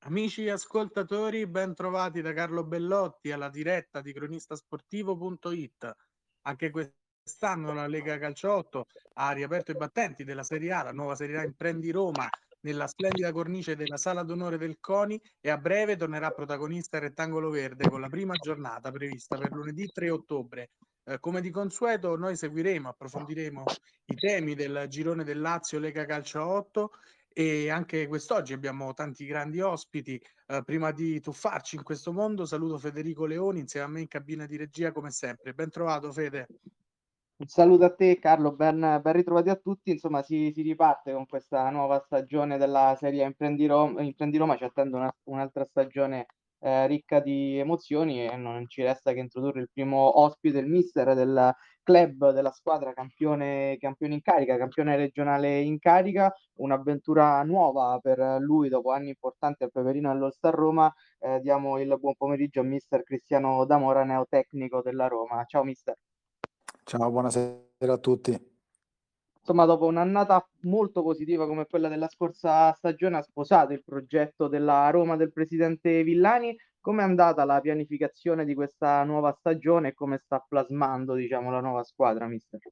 Amici ascoltatori, ben trovati da Carlo Bellotti alla diretta di cronistasportivo.it. Anche quest'anno la Lega Calcio 8 ha riaperto i battenti della Serie A, la nuova Serie A Imprendi Roma, nella splendida cornice della Sala d'Onore del CONI, e a breve tornerà protagonista il Rettangolo Verde con la prima giornata prevista per lunedì 3 ottobre. Come di consueto noi seguiremo, approfondiremo i temi del girone del Lazio Lega Calcio 8 e anche quest'oggi abbiamo tanti grandi ospiti. Prima di tuffarci in questo mondo, saluto Federico Leoni insieme a me in cabina di regia come sempre. Ben trovato Fede. Un saluto a te Carlo, ben ritrovati a tutti. Insomma, si riparte con questa nuova stagione della Serie A Imprendi Roma, ci attende un'altra stagione ricca di emozioni e non ci resta che introdurre il primo ospite, il mister del club, della squadra campione in carica, campione regionale in carica, un'avventura nuova per lui dopo anni importanti al Peperino e all'All Star Roma. Diamo il buon pomeriggio a mister Cristiano D'Amora, neotecnico della Roma. Ciao mister. Ciao, buonasera a tutti. Insomma, dopo un'annata molto positiva come quella della scorsa stagione, ha sposato il progetto della Roma del presidente Villani. Com'è andata la pianificazione di questa nuova stagione e come sta plasmando, diciamo, la nuova squadra, mister?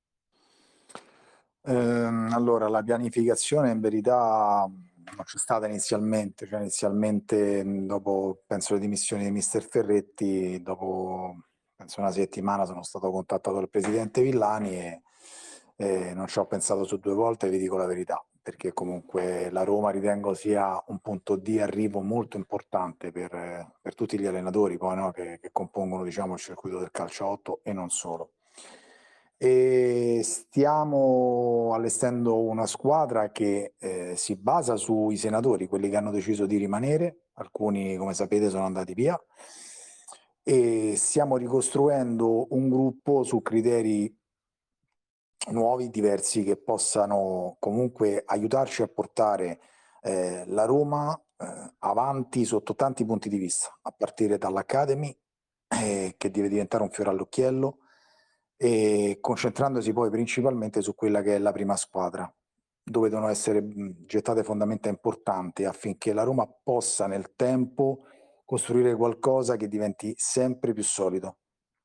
Allora, la pianificazione in verità non c'è stata inizialmente, dopo penso le dimissioni di mister Ferretti, dopo penso una settimana sono stato contattato dal presidente Villani e non ci ho pensato su due volte, vi dico la verità, perché comunque la Roma ritengo sia un punto di arrivo molto importante per tutti gli allenatori poi, no, che compongono, diciamo, il circuito del calcio 8 e non solo. E stiamo allestendo una squadra che si basa sui senatori, quelli che hanno deciso di rimanere, alcuni come sapete sono andati via, e stiamo ricostruendo un gruppo su criteri nuovi, diversi, che possano comunque aiutarci a portare la Roma avanti sotto tanti punti di vista, a partire dall'Academy che deve diventare un fiore all'occhiello, e concentrandosi poi principalmente su quella che è la prima squadra, dove devono essere gettate fondamenta importanti affinché la Roma possa nel tempo costruire qualcosa che diventi sempre più solido.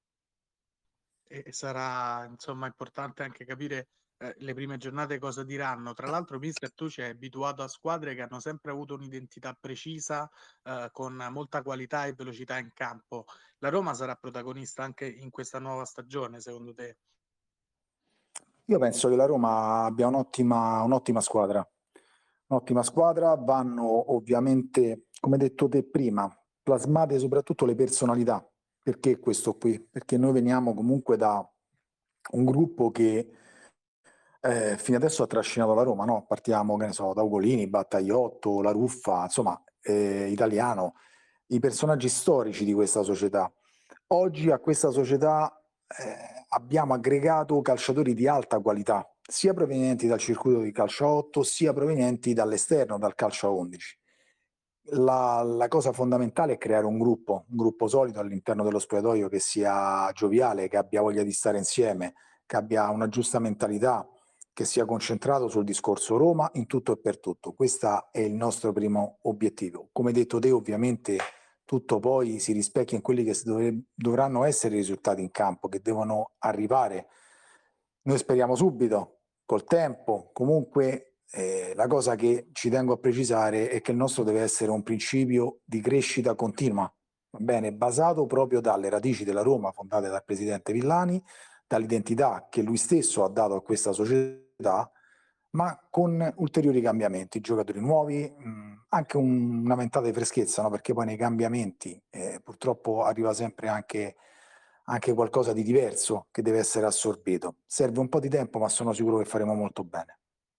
E sarà insomma importante anche capire le prime giornate cosa diranno. Tra l'altro, mister, tu ci hai abituato a squadre che hanno sempre avuto un'identità precisa, con molta qualità e velocità in campo. La Roma sarà protagonista anche in questa nuova stagione, secondo te? Io penso che la Roma abbia un'ottima squadra. Un'ottima squadra, vanno ovviamente, come hai detto te prima, plasmate soprattutto le personalità. Perché questo qui? Perché noi veniamo comunque da un gruppo che fino adesso ha trascinato la Roma, no? Partiamo, che ne so, da Ugolini, Battagliotto, La Ruffa, insomma, Italiano, i personaggi storici di questa società. Oggi a questa società abbiamo aggregato calciatori di alta qualità, sia provenienti dal circuito di calcio 8, sia provenienti dall'esterno, dal calcio a 11. La cosa fondamentale è creare un gruppo solido all'interno dello spogliatoio che sia gioviale, che abbia voglia di stare insieme, che abbia una giusta mentalità, che sia concentrato sul discorso Roma in tutto e per tutto. Questo è il nostro primo obiettivo. Come detto te, ovviamente tutto poi si rispecchia in quelli che dovranno essere i risultati in campo, che devono arrivare. Noi speriamo subito, col tempo. Comunque la cosa che ci tengo a precisare è che il nostro deve essere un principio di crescita continua, va bene, basato proprio dalle radici della Roma fondate dal presidente Villani, dall'identità che lui stesso ha dato a questa società, ma con ulteriori cambiamenti, giocatori nuovi, anche una ventata di freschezza, no? Perché poi nei cambiamenti purtroppo arriva sempre anche qualcosa di diverso che deve essere assorbito. Serve un po' di tempo, ma sono sicuro che faremo molto bene.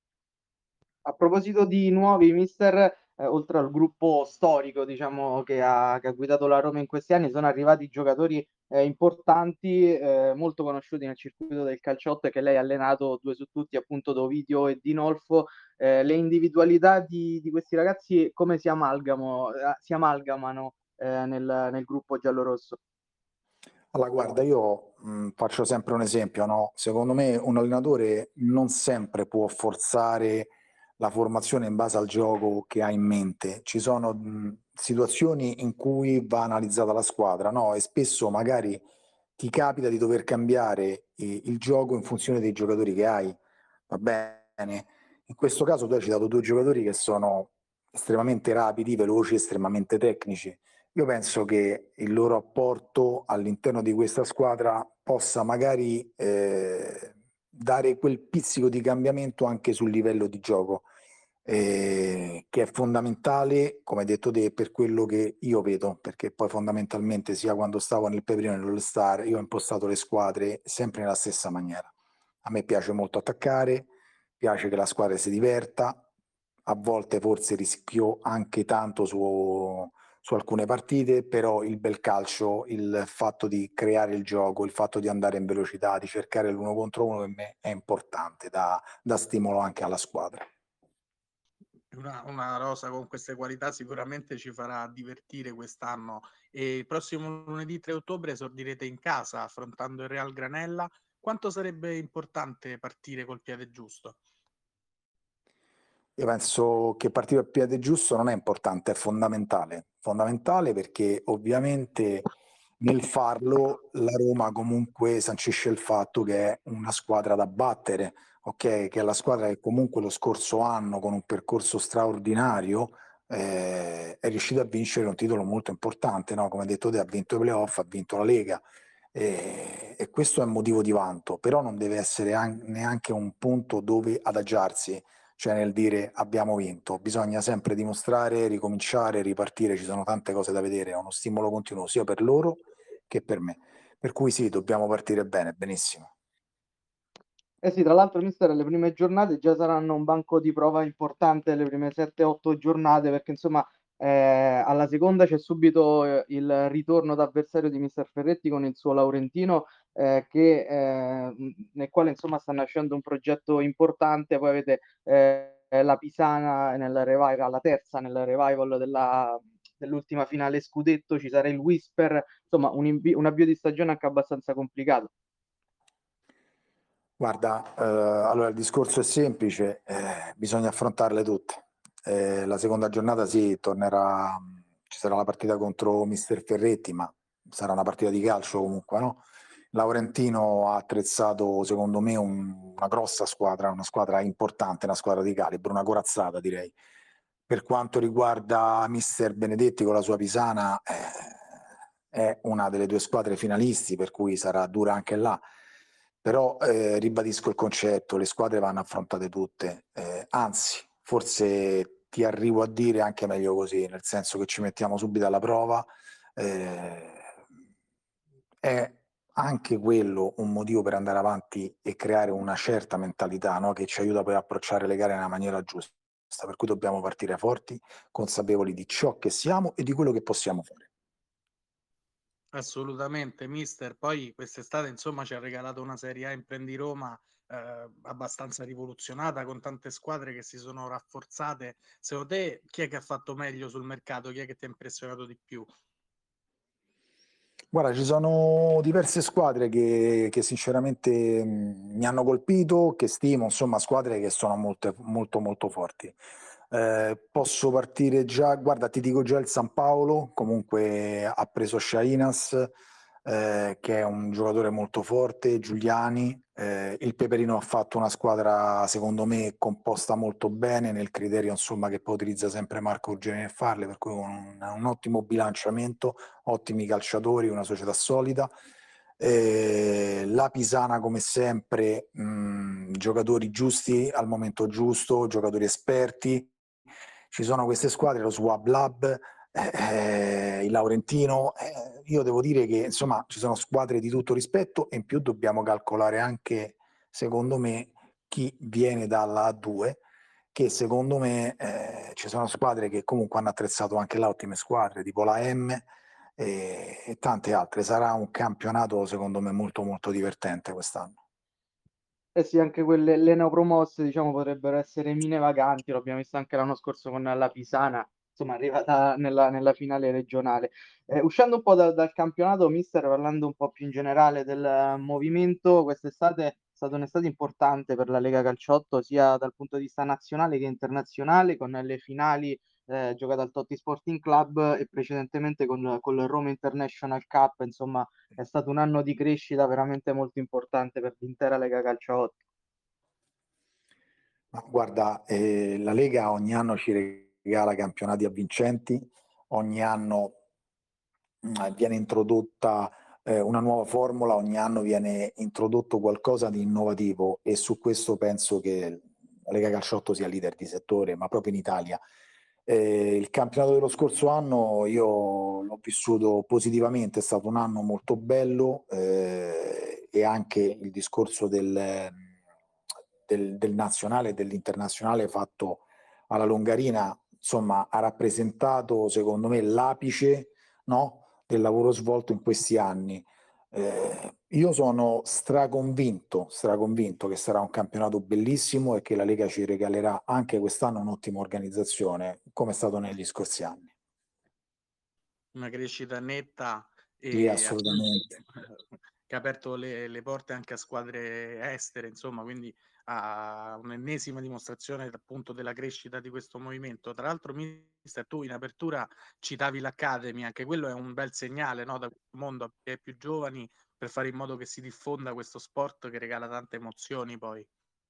A proposito di nuovi, mister, oltre al gruppo storico, diciamo, che ha guidato la Roma in questi anni, sono arrivati giocatori importanti, molto conosciuti nel circuito del calciotto e che lei ha allenato, due su tutti, appunto, Ovidio e Dinolfo. Le individualità di questi ragazzi come si amalgamano nel gruppo giallorosso? Allora, guarda, io faccio sempre un esempio, no? Secondo me un allenatore non sempre può forzare la formazione in base al gioco che ha in mente. Ci sono situazioni in cui va analizzata la squadra, no? E spesso magari ti capita di dover cambiare il gioco in funzione dei giocatori che hai, va bene? In questo caso tu hai citato due giocatori che sono estremamente rapidi, veloci, estremamente tecnici. Io penso che il loro apporto all'interno di questa squadra possa magari dare quel pizzico di cambiamento anche sul livello di gioco, che è fondamentale, come hai detto te, per quello che io vedo, perché poi fondamentalmente sia quando stavo nel Peperino e nell'All-Star, io ho impostato le squadre sempre nella stessa maniera. A me piace molto attaccare, piace che la squadra si diverta, a volte forse rischio anche tanto su alcune partite, però il bel calcio, il fatto di creare il gioco, il fatto di andare in velocità, di cercare l'uno contro uno, per me è importante, dà stimolo anche alla squadra. Una rosa con queste qualità sicuramente ci farà divertire quest'anno. E il prossimo lunedì 3 ottobre esordirete in casa affrontando il Real Granella. Quanto sarebbe importante partire col piede giusto? Io penso che partire al piede giusto non è importante, è fondamentale. Fondamentale perché ovviamente nel farlo la Roma comunque sancisce il fatto che è una squadra da battere, ok? Che è la squadra che comunque lo scorso anno con un percorso straordinario è riuscita a vincere un titolo molto importante, no? Come hai detto te, ha vinto i playoff, ha vinto la Lega e questo è un motivo di vanto, però non deve essere neanche un punto dove adagiarsi, cioè nel dire abbiamo vinto, bisogna sempre dimostrare, ricominciare, ripartire, ci sono tante cose da vedere, è uno stimolo continuo sia per loro che per me. Per cui sì, dobbiamo partire bene, benissimo. Eh sì, tra l'altro, mister, le prime giornate già saranno un banco di prova importante, le prime 7-8 giornate, perché insomma alla seconda c'è subito il ritorno d'avversario di mister Ferretti con il suo Laurentino, nel quale insomma sta nascendo un progetto importante. Poi avete la Pisana nel revival, la terza nel revival dell'ultima finale scudetto, ci sarà il Whisper, insomma un avvio di stagione anche abbastanza complicato. Guarda, allora il discorso è semplice, bisogna affrontarle tutte. La seconda giornata sì, ci sarà la partita contro Mister Ferretti, ma sarà una partita di calcio comunque, no? Laurentino ha attrezzato, secondo me, una grossa squadra, una squadra importante, una squadra di calibro, una corazzata direi. Per quanto riguarda Mister Benedetti con la sua Pisana, è una delle due squadre finalisti, per cui sarà dura anche là. Però ribadisco il concetto, le squadre vanno affrontate tutte, anzi, forse ti arrivo a dire anche meglio così, nel senso che ci mettiamo subito alla prova. È anche quello un motivo per andare avanti e creare una certa mentalità, no? Che ci aiuta poi a approcciare le gare nella maniera giusta. Per cui dobbiamo partire forti, consapevoli di ciò che siamo e di quello che possiamo fare. Assolutamente, mister. Poi quest'estate, insomma, ci ha regalato una Serie A in Prendi Roma abbastanza rivoluzionata, con tante squadre che si sono rafforzate. Secondo te, chi è che ha fatto meglio sul mercato? Chi è che ti ha impressionato di più? Guarda, ci sono diverse squadre che sinceramente mi hanno colpito, che stimo, insomma, squadre che sono molto, molto, molto forti. Posso partire già, guarda, ti dico già il San Paolo, comunque ha preso Shainas, che è un giocatore molto forte, Giuliani. Il Peperino ha fatto una squadra, secondo me, composta molto bene nel criterio, insomma, che poi utilizza sempre Marco Ruggeri nel farle, per cui un ottimo bilanciamento, ottimi calciatori, una società solida. La Pisana, come sempre, giocatori giusti al momento giusto, giocatori esperti. Ci sono queste squadre, lo Swab Lab, il Laurentino. Io devo dire che insomma ci sono squadre di tutto rispetto e in più dobbiamo calcolare anche, secondo me, chi viene dalla A2, che secondo me ci sono squadre che comunque hanno attrezzato anche là ottime squadre, tipo la M e tante altre. Sarà un campionato secondo me molto molto divertente quest'anno. Eh sì, anche quelle le neopromosse, diciamo, potrebbero essere mine vaganti, l'abbiamo visto anche l'anno scorso con la Pisana, insomma, arrivata nella finale regionale. Uscendo un po' dal campionato, mister, parlando un po' più in generale del movimento, quest'estate stata un'estate importante per la Lega Calciotto, sia dal punto di vista nazionale che internazionale, con le finali giocate al Totti Sporting Club e precedentemente con il Roma International Cup. Insomma, è stato un anno di crescita veramente molto importante per l'intera Lega Calciotto. Ma guarda, la Lega ogni anno ci regala campionati avvincenti, ogni anno viene introdotta una nuova formula, ogni anno viene introdotto qualcosa di innovativo e su questo penso che la Lega Calciotto sia leader di settore, ma proprio in Italia. Il campionato dello scorso anno io l'ho vissuto positivamente, è stato un anno molto bello e anche il discorso del nazionale e dell'internazionale fatto alla Longarina, insomma, ha rappresentato secondo me l'apice, no, del lavoro svolto in questi anni. Io sono straconvinto che sarà un campionato bellissimo e che la Lega ci regalerà anche quest'anno un'ottima organizzazione, come è stato negli scorsi anni. Una crescita netta Sì, e assolutamente. che ha aperto le porte anche a squadre estere, insomma, quindi a un'ennesima dimostrazione appunto della crescita di questo movimento. Tra l'altro, mister, tu in apertura citavi l'Academy, anche quello è un bel segnale, no, da questo mondo ai più giovani, per fare in modo che si diffonda questo sport che regala tante emozioni poi.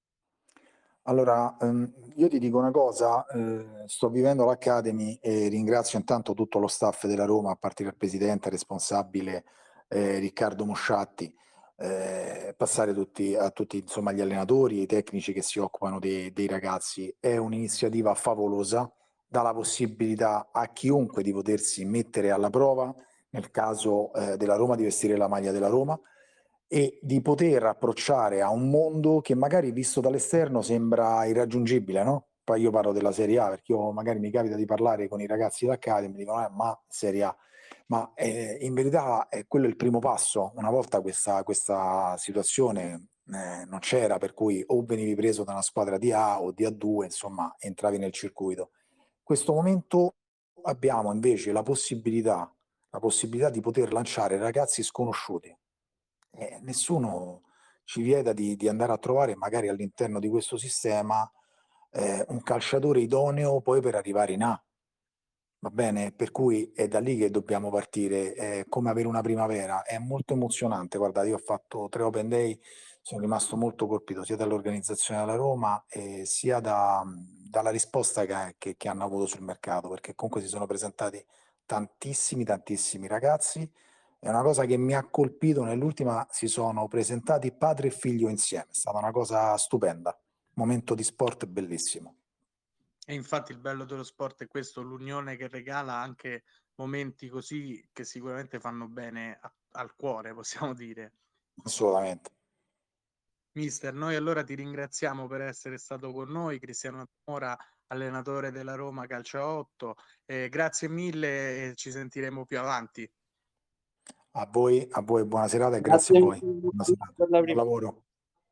Allora, io ti dico una cosa, sto vivendo l'Academy e ringrazio intanto tutto lo staff della Roma, a partire dal presidente, responsabile Riccardo Mosciatti, passare a tutti insomma, gli allenatori e i tecnici che si occupano dei ragazzi. È un'iniziativa favolosa, dà la possibilità a chiunque di potersi mettere alla prova, nel caso della Roma di vestire la maglia della Roma, e di poter approcciare a un mondo che magari visto dall'esterno sembra irraggiungibile, no? Poi io parlo della Serie A perché io magari mi capita di parlare con i ragazzi dell'Academy, mi dicono ma Serie A, ma in verità quello è il primo passo. Una volta questa situazione non c'era, per cui o venivi preso da una squadra di A o di A2, insomma entravi nel circuito. In questo momento abbiamo invece la possibilità di poter lanciare ragazzi sconosciuti. Nessuno ci vieta di andare a trovare magari all'interno di questo sistema un calciatore idoneo poi per arrivare in A. Va bene? Per cui è da lì che dobbiamo partire, è come avere una primavera, è molto emozionante. Guarda, io ho fatto 3 Open Day, sono rimasto molto colpito sia dall'organizzazione della Roma sia dalla risposta che hanno avuto sul mercato, perché comunque si sono presentati tantissimi ragazzi. È una cosa che mi ha colpito, nell'ultima si sono presentati padre e figlio insieme, è stata una cosa stupenda, momento di sport bellissimo. E infatti il bello dello sport è questo, l'unione che regala anche momenti così che sicuramente fanno bene al cuore, possiamo dire. Assolutamente. Mister, noi allora ti ringraziamo per essere stato con noi, Cristiano Mora, allenatore della Roma Calcio a 8. Grazie mille e ci sentiremo più avanti. A voi buona serata e grazie Grazie a voi. mille Buona serata. per la Buon lavoro.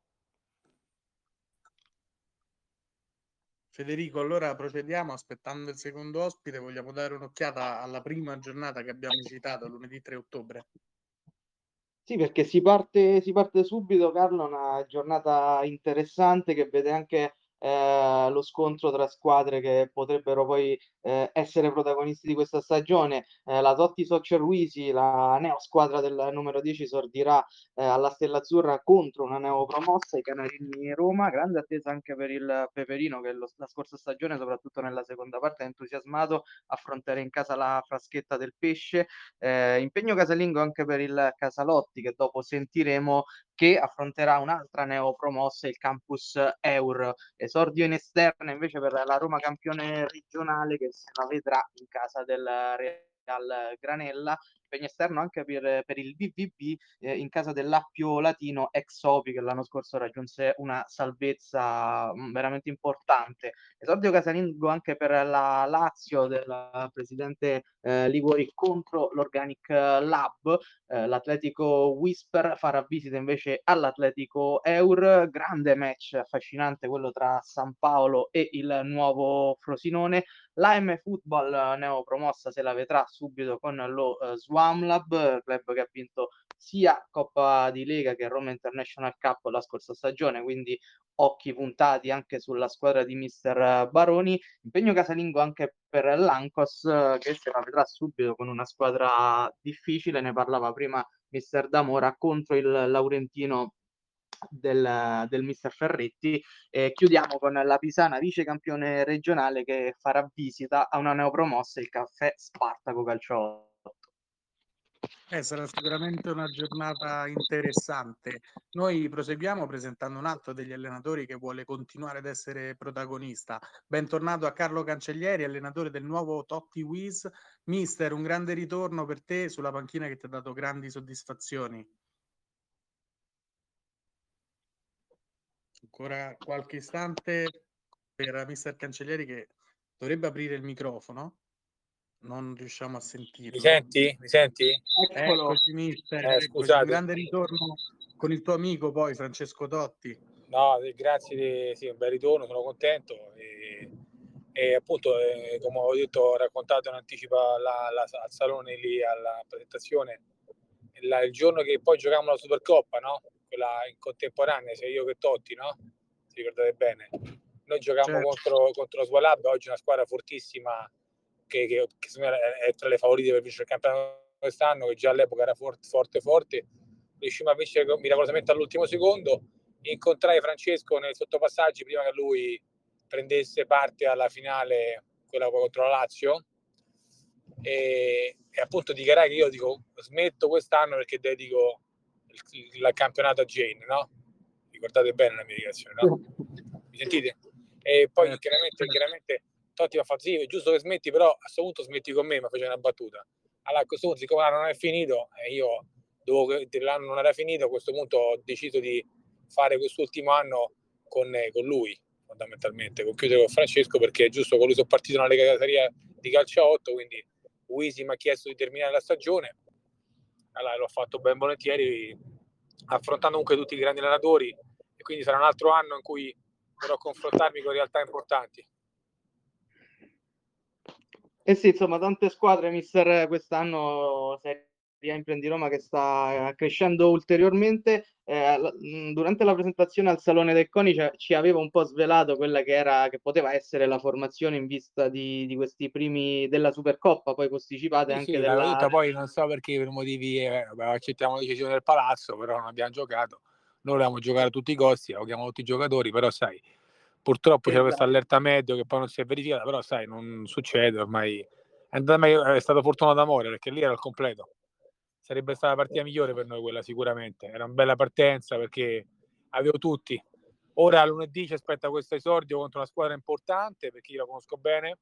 Federico, allora procediamo aspettando il secondo ospite, vogliamo dare un'occhiata alla prima giornata che abbiamo citato, lunedì 3 ottobre. Sì, perché si parte subito, Carlo, una giornata interessante che vede anche lo scontro tra squadre che potrebbero poi essere protagonisti di questa stagione. La Totti Soccer-Luisi, la neo squadra del numero 10, esordirà alla Stella Azzurra contro una neopromossa, i Canarini Roma. Grande attesa anche per il Peperino che la scorsa stagione, soprattutto nella seconda parte, ha entusiasmato a affrontare in casa la Fraschetta del Pesce. Impegno casalingo anche per il Casalotti, che dopo sentiremo, che affronterà un'altra neopromossa, il Campus Eur. Esordio in esterna invece per la Roma campione regionale, che se la vedrà in casa del Real Granella. Impegno esterno anche per il VVB in casa dell'Appio Latino ex Opi, che l'anno scorso raggiunse una salvezza veramente importante. Esordio casalingo anche per la Lazio del presidente Liguori contro l'Organic Lab. L'Atletico Whisper farà visita invece all'Atletico Eur. Grande match affascinante quello tra San Paolo e il nuovo Frosinone. L'AM Football neopromossa se la vedrà subito con lo Swan nuova AMLAB, club che ha vinto sia Coppa di Lega che Roma International Cup la scorsa stagione, quindi occhi puntati anche sulla squadra di mister Baroni. Impegno casalingo anche per l'Ancos, che se la vedrà subito con una squadra difficile, ne parlava prima mister D'Amora, contro il Laurentino del mister Ferretti. Chiudiamo con la Pisana, vice campione regionale, che farà visita a una neopromossa, il Caffè Spartaco Calcio. Sarà sicuramente una giornata interessante. Noi proseguiamo presentando un altro degli allenatori che vuole continuare ad essere protagonista. Bentornato a Carlo Cancellieri, allenatore del nuovo Totti Wiz. Mister, un grande ritorno per te sulla panchina che ti ha dato grandi soddisfazioni. Ancora qualche istante per mister Cancellieri, che dovrebbe aprire il microfono. Non riusciamo a sentirlo. Mi senti? Mi senti? Eccolo. Eccoci, mister. Eccoci. Scusate. Un grande ritorno con il tuo amico poi, Francesco Totti. No, grazie, sì, un bel ritorno, sono contento e appunto, come ho detto, ho raccontato in anticipo al salone lì, alla presentazione, il giorno che poi giocavamo la Supercoppa, no? Quella in contemporanea, sia io che Totti, no? Se ricordate bene. Noi giocavamo contro Swalab, oggi una squadra fortissima che secondo me è tra le favorite per vincere il campionato quest'anno, che già all'epoca era forte. Riuscimmo a vincere miracolosamente all'ultimo secondo. Incontrai Francesco nei sottopassaggi prima che lui prendesse parte alla finale, quella contro la Lazio, e appunto dichiarai che io dico smetto quest'anno perché dedico il campionato a Jane, no? Ricordate bene la mia dichiarazione, no? Mi sentite? E poi chiaramente Totti mi ha fatto sì, è giusto che smetti, però a questo punto smetti con me, mi faceva una battuta. Allora a questo punto, siccome l'anno non è finito e io l'anno non era finito, a questo punto ho deciso di fare quest'ultimo anno con lui, fondamentalmente, con chiudere con Francesco, perché è giusto, con lui sono partito nella Lega Serie di calcio a 8, quindi Wisi mi ha chiesto di terminare la stagione, allora l'ho fatto ben volentieri, affrontando comunque tutti i grandi allenatori, e quindi sarà un altro anno in cui dovrò confrontarmi con realtà importanti. Eh sì, insomma, tante squadre, mister, quest'anno Serie A Imprendi Roma che sta crescendo ulteriormente. Durante la presentazione al Salone del CONI ci aveva un po' svelato quella che poteva essere la formazione in vista di questi primi della Supercoppa, poi posticipate anche Sì, della... tutta, poi non so perché, per motivi, accettiamo la decisione del palazzo, però non abbiamo giocato. Noi volevamo giocare a tutti i costi, avevamo tutti i giocatori, però sai, purtroppo c'era questa allerta medio che poi non si è verificata, però sai, non succede ormai. È stato fortunato d'amore perché lì era il completo. Sarebbe stata la partita migliore per noi quella, sicuramente. Era una bella partenza perché avevo tutti. Ora lunedì ci aspetta questo esordio contro una squadra importante, perché io la conosco bene.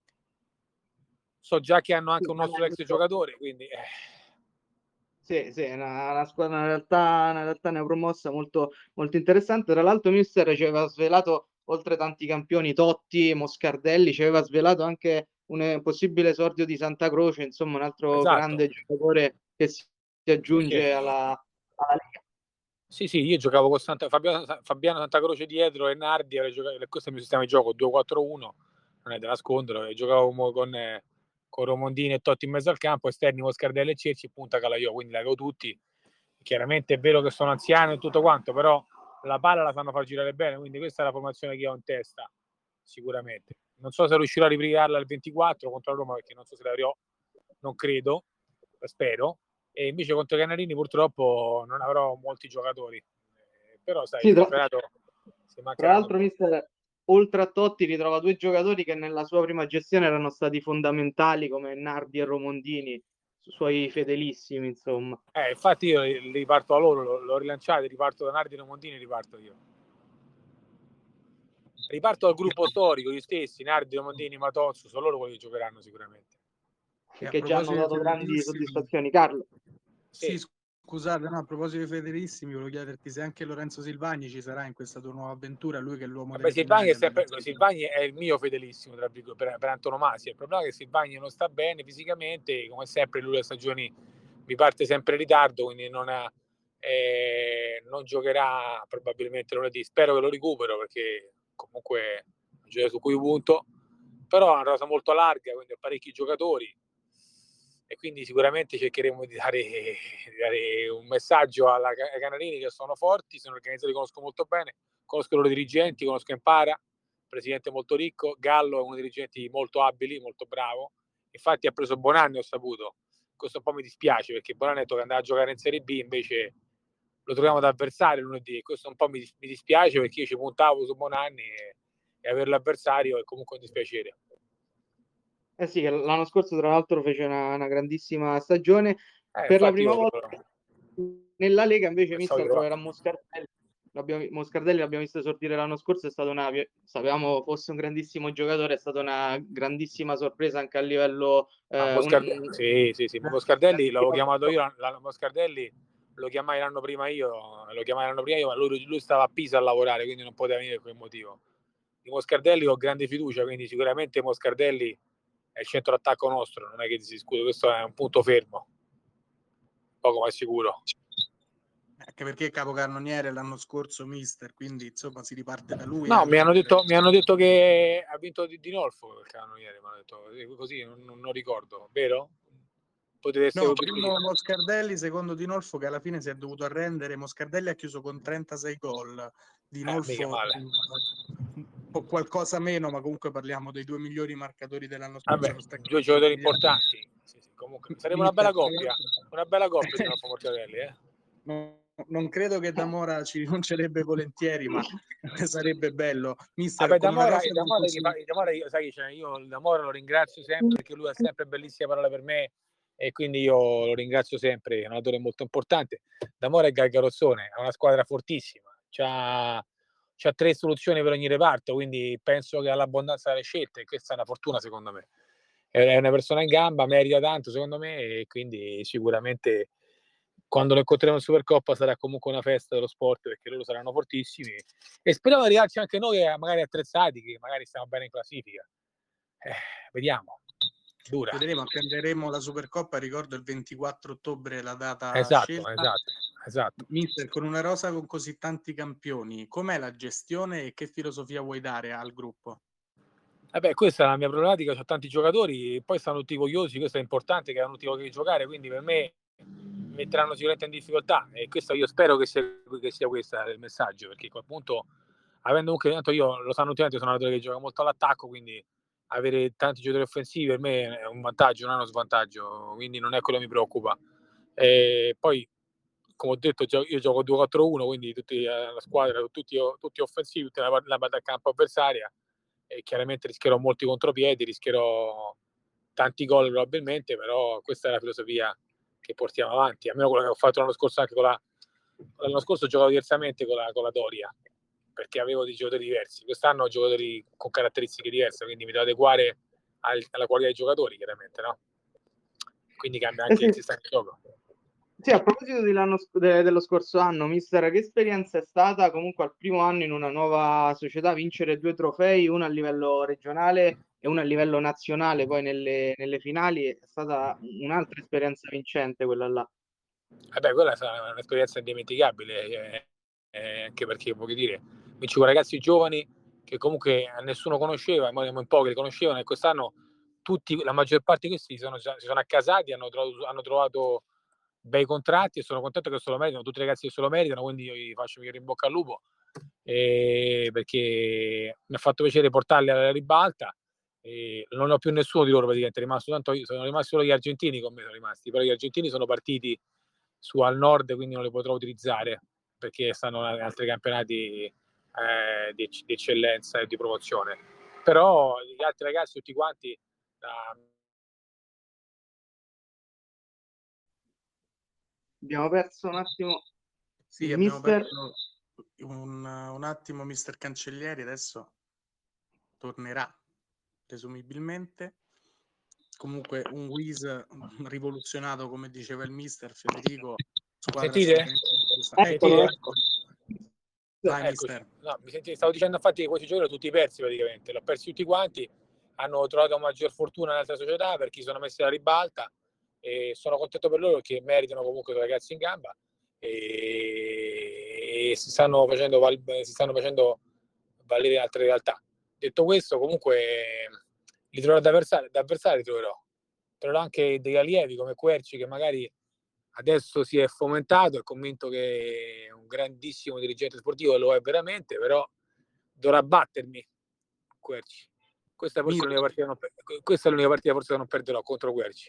So già che hanno anche un nostro ex giocatore, quindi... Sì, è una squadra, una realtà neopromossa molto, molto interessante. Tra l'altro mister ci aveva svelato, oltre tanti campioni, Totti, Moscardelli, ci aveva svelato anche un possibile esordio di Santa Croce, insomma un altro grande giocatore che si aggiunge alla Lega. Sì, io giocavo con Fabiano Santa Croce dietro e Nardi, questo è il mio sistema di gioco 2-4-1, non è da nascondere, giocavo con Romondini e Totti in mezzo al campo, esterni Moscardelli e Cerci, punta Calaiò, quindi l'avevo tutti. Chiaramente è vero che sono anziano e tutto quanto, però la palla la fanno far girare bene, quindi questa è la formazione che ho in testa, sicuramente. Non so se riuscirò a ripigliarla al 24 contro la Roma, perché non so se l'avrò, non credo, spero. E invece contro i Canarini purtroppo non avrò molti giocatori, però sai, sì, il campionato si tra l'altro mister, oltre a Totti ritrova due giocatori che nella sua prima gestione erano stati fondamentali, come Nardi e Romondini, suoi fedelissimi, insomma. Infatti io li riparto da loro, l'ho rilanciato, riparto da Nardi e Romondini, riparto io. Riparto dal gruppo storico, gli stessi, Nardi, Romondini, Matozzo, sono loro quelli che giocheranno sicuramente. E che già hanno dato grandi soddisfazioni. Carlo? Sì, scusate, no, a proposito di Federissimi, volevo chiederti se anche Lorenzo Silvagni ci sarà in questa tua nuova avventura, lui che è l'uomo delle Silvagni finali. Silvagni è il mio fedelissimo per antonomasia. Il problema è che Silvagni non sta bene fisicamente, come sempre lui le stagioni mi parte sempre in ritardo, quindi non giocherà probabilmente lunedì. Spero che lo recupero, perché comunque gioca su cui punto, però è una rosa molto larga, quindi ha parecchi giocatori. e quindi sicuramente cercheremo di dare un messaggio ai Canarini che sono forti, sono organizzati, conosco molto bene, conosco i loro dirigenti, conosco Impara, presidente molto ricco, Gallo è uno dei dirigenti molto abili, molto bravo, infatti ha preso Bonanni, ho saputo, questo un po' mi dispiace perché Bonanni ha detto che andava a giocare in Serie B, invece lo troviamo da avversario lunedì, e questo un po' mi dispiace perché io ci puntavo su Bonanni e averlo avversario è comunque un dispiacere. Eh sì, l'anno scorso tra l'altro fece una grandissima stagione. Per la prima volta nella Lega invece mister troverà Moscardelli. Moscardelli l'abbiamo visto esordire l'anno scorso, è stata sapevamo fosse un grandissimo giocatore, è stata una grandissima sorpresa anche a livello sì, Moscardelli l'avevo chiamato io, Moscardelli lo chiamai l'anno prima io, ma lui stava a Pisa a lavorare, quindi non poteva venire per quel motivo. Di Moscardelli ho grande fiducia, quindi sicuramente Moscardelli è il centro attacco nostro, non è che si discute, questo è un punto fermo, poco ma sicuro. Anche perché capocannoniere l'anno scorso mister, quindi insomma si riparte da lui. No, mi hanno detto che ha vinto di Nolfo il cannoniere, mi hanno detto così, non ricordo, vero? Potete essere primo Moscardelli, secondo Dinolfo che alla fine si è dovuto arrendere. Moscardelli ha chiuso con 36 gol, Dinolfo qualcosa meno, ma comunque parliamo dei due migliori marcatori dell'anno scorso. Due giocatori importanti. Sì, comunque sarebbe una bella coppia Dinolfo Moscardelli. Non credo che D'Amora ci rinuncerebbe volentieri, ma sarebbe bello. Mister, D'Amora, sai, io D'Amora lo ringrazio sempre perché lui ha sempre bellissime parole per me e quindi io lo ringrazio sempre, è un autore molto importante. D'Amora è Gargarozzone, è una squadra fortissima, c'ha 3 soluzioni per ogni reparto, quindi penso che all'abbondanza delle scelte, e questa è una fortuna secondo me. È una persona in gamba, merita tanto secondo me e quindi sicuramente quando lo incontreremo in Supercoppa sarà comunque una festa dello sport perché loro saranno fortissimi e speriamo di arrivarci anche noi magari attrezzati che magari stiamo bene in classifica. Vediamo. Dura. Vedremo, prenderemo la Supercoppa, ricordo il 24 ottobre la data scelta. Esatto. Mister, con una rosa con così tanti campioni, com'è la gestione e che filosofia vuoi dare al gruppo? Questa è la mia problematica, ho tanti giocatori, poi stanno tutti vogliosi, questo è importante che hanno tutti voglia di giocare, quindi per me metteranno sicuramente in difficoltà e questo io spero che sia questo il messaggio, perché a quel punto, avendo comunque tanto io lo sanno tutti, sono un allenatore che gioca molto all'attacco, quindi avere tanti giocatori offensivi per me è un vantaggio, non è uno svantaggio, quindi non è quello che mi preoccupa. E poi, come ho detto, io gioco 2-4-1, quindi la squadra, tutti offensivi, tutta la parte al campo avversaria e chiaramente rischierò molti contropiedi, rischierò tanti gol probabilmente, però questa è la filosofia che portiamo avanti, almeno quello che ho fatto l'anno scorso anche l'anno scorso giocavo diversamente con la Doria, perché avevo dei giocatori diversi, quest'anno ho giocatori con caratteristiche diverse, quindi mi devo adeguare alla qualità dei giocatori, chiaramente, no? Quindi cambia anche il sistema di gioco. Sì, a proposito dello scorso anno, mister, che esperienza è stata comunque al primo anno in una nuova società vincere 2 trofei, uno a livello regionale e uno a livello nazionale, poi nelle finali è stata un'altra esperienza vincente quella là. Quella è stata un'esperienza indimenticabile, anche perché, voglio dire, vinci con ragazzi giovani che comunque nessuno conosceva, in pochi li conoscevano e quest'anno la maggior parte di questi si sono accasati, hanno trovato bei contratti e sono contento che se lo meritano, tutti i ragazzi che se lo meritano, quindi io gli faccio in bocca al lupo perché mi ha fatto piacere portarli alla ribalta e non ho più nessuno di loro praticamente, sono rimasti solo gli argentini con me, però gli argentini sono partiti al nord, quindi non li potrò utilizzare perché stanno in altri campionati di eccellenza e di promozione, però gli altri ragazzi tutti quanti abbiamo perso un attimo. Sì, abbiamo perso un attimo mister Cancellieri, adesso tornerà presumibilmente. Comunque un Wiz rivoluzionato, come diceva il mister Federico. Sentite? Ecco. Vai, mister. No, stavo dicendo infatti che questi giocatori tutti persi praticamente, l'ho persi tutti quanti, hanno trovato maggior fortuna in altre società perché sono messi alla ribalta e sono contento per loro perché meritano comunque dei ragazzi in gamba e si stanno facendo valere in altre realtà. Detto questo, comunque li troverò da avversari, li troverò. troverò anche degli allievi come Querci, che magari adesso si è fomentato, è convinto che è un grandissimo dirigente sportivo, e lo è veramente, però dovrà battermi Querci. Questa forse è l'unica partita forse che non perderò contro Querci.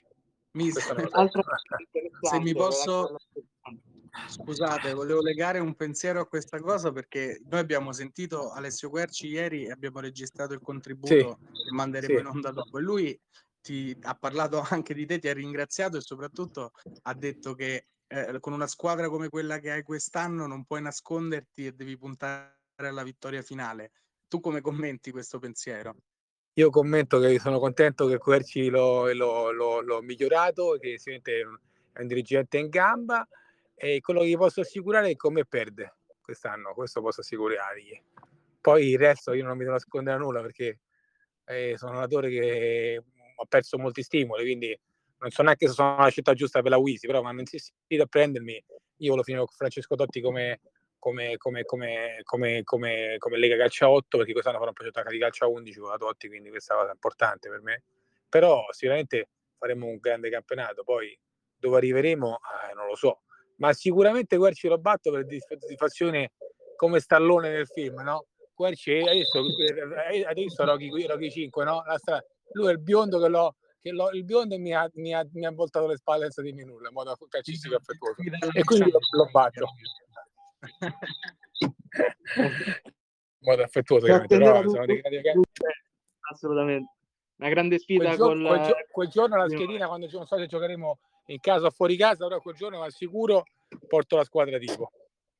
Se mi posso, scusate, volevo legare un pensiero a questa cosa, perché noi abbiamo sentito Alessio Querci ieri e abbiamo registrato il contributo che manderemo in onda dopo, e lui ti ha parlato anche di te, ti ha ringraziato e soprattutto ha detto che con una squadra come quella che hai quest'anno non puoi nasconderti e devi puntare alla vittoria finale. Tu come commenti questo pensiero? Io commento che sono contento che Querci l'ho migliorato, che sicuramente è un dirigente in gamba, e quello che gli posso assicurare è che con me perde quest'anno, questo posso assicurargli. Poi il resto io non mi devo nascondere nulla, perché sono un allenatore che ho perso molti stimoli, quindi non so neanche se sono la scelta giusta per la Wisi, però mi hanno insistito a prendermi, io lo finirò con Francesco Totti come Lega Calcio a 8, perché quest'anno farò un progetto anche di calcio a 11 con la Totti, quindi questa è una cosa importante per me. Però sicuramente faremo un grande campionato, poi dove arriveremo non lo so, ma sicuramente Querci lo batto per soddisfazione, come Stallone nel film, no? Querci, hai visto Rocky 5, no? Lui è il biondo il biondo, e mi ha voltato le spalle senza dirmi nulla, in modo calcistico e affettuoso, e quindi lo batto. In modo affettuoso, però assolutamente una grande sfida. Quel giorno la schedina, quando non so se giocheremo in casa o fuori casa, però quel giorno al sicuro porto la squadra tipo.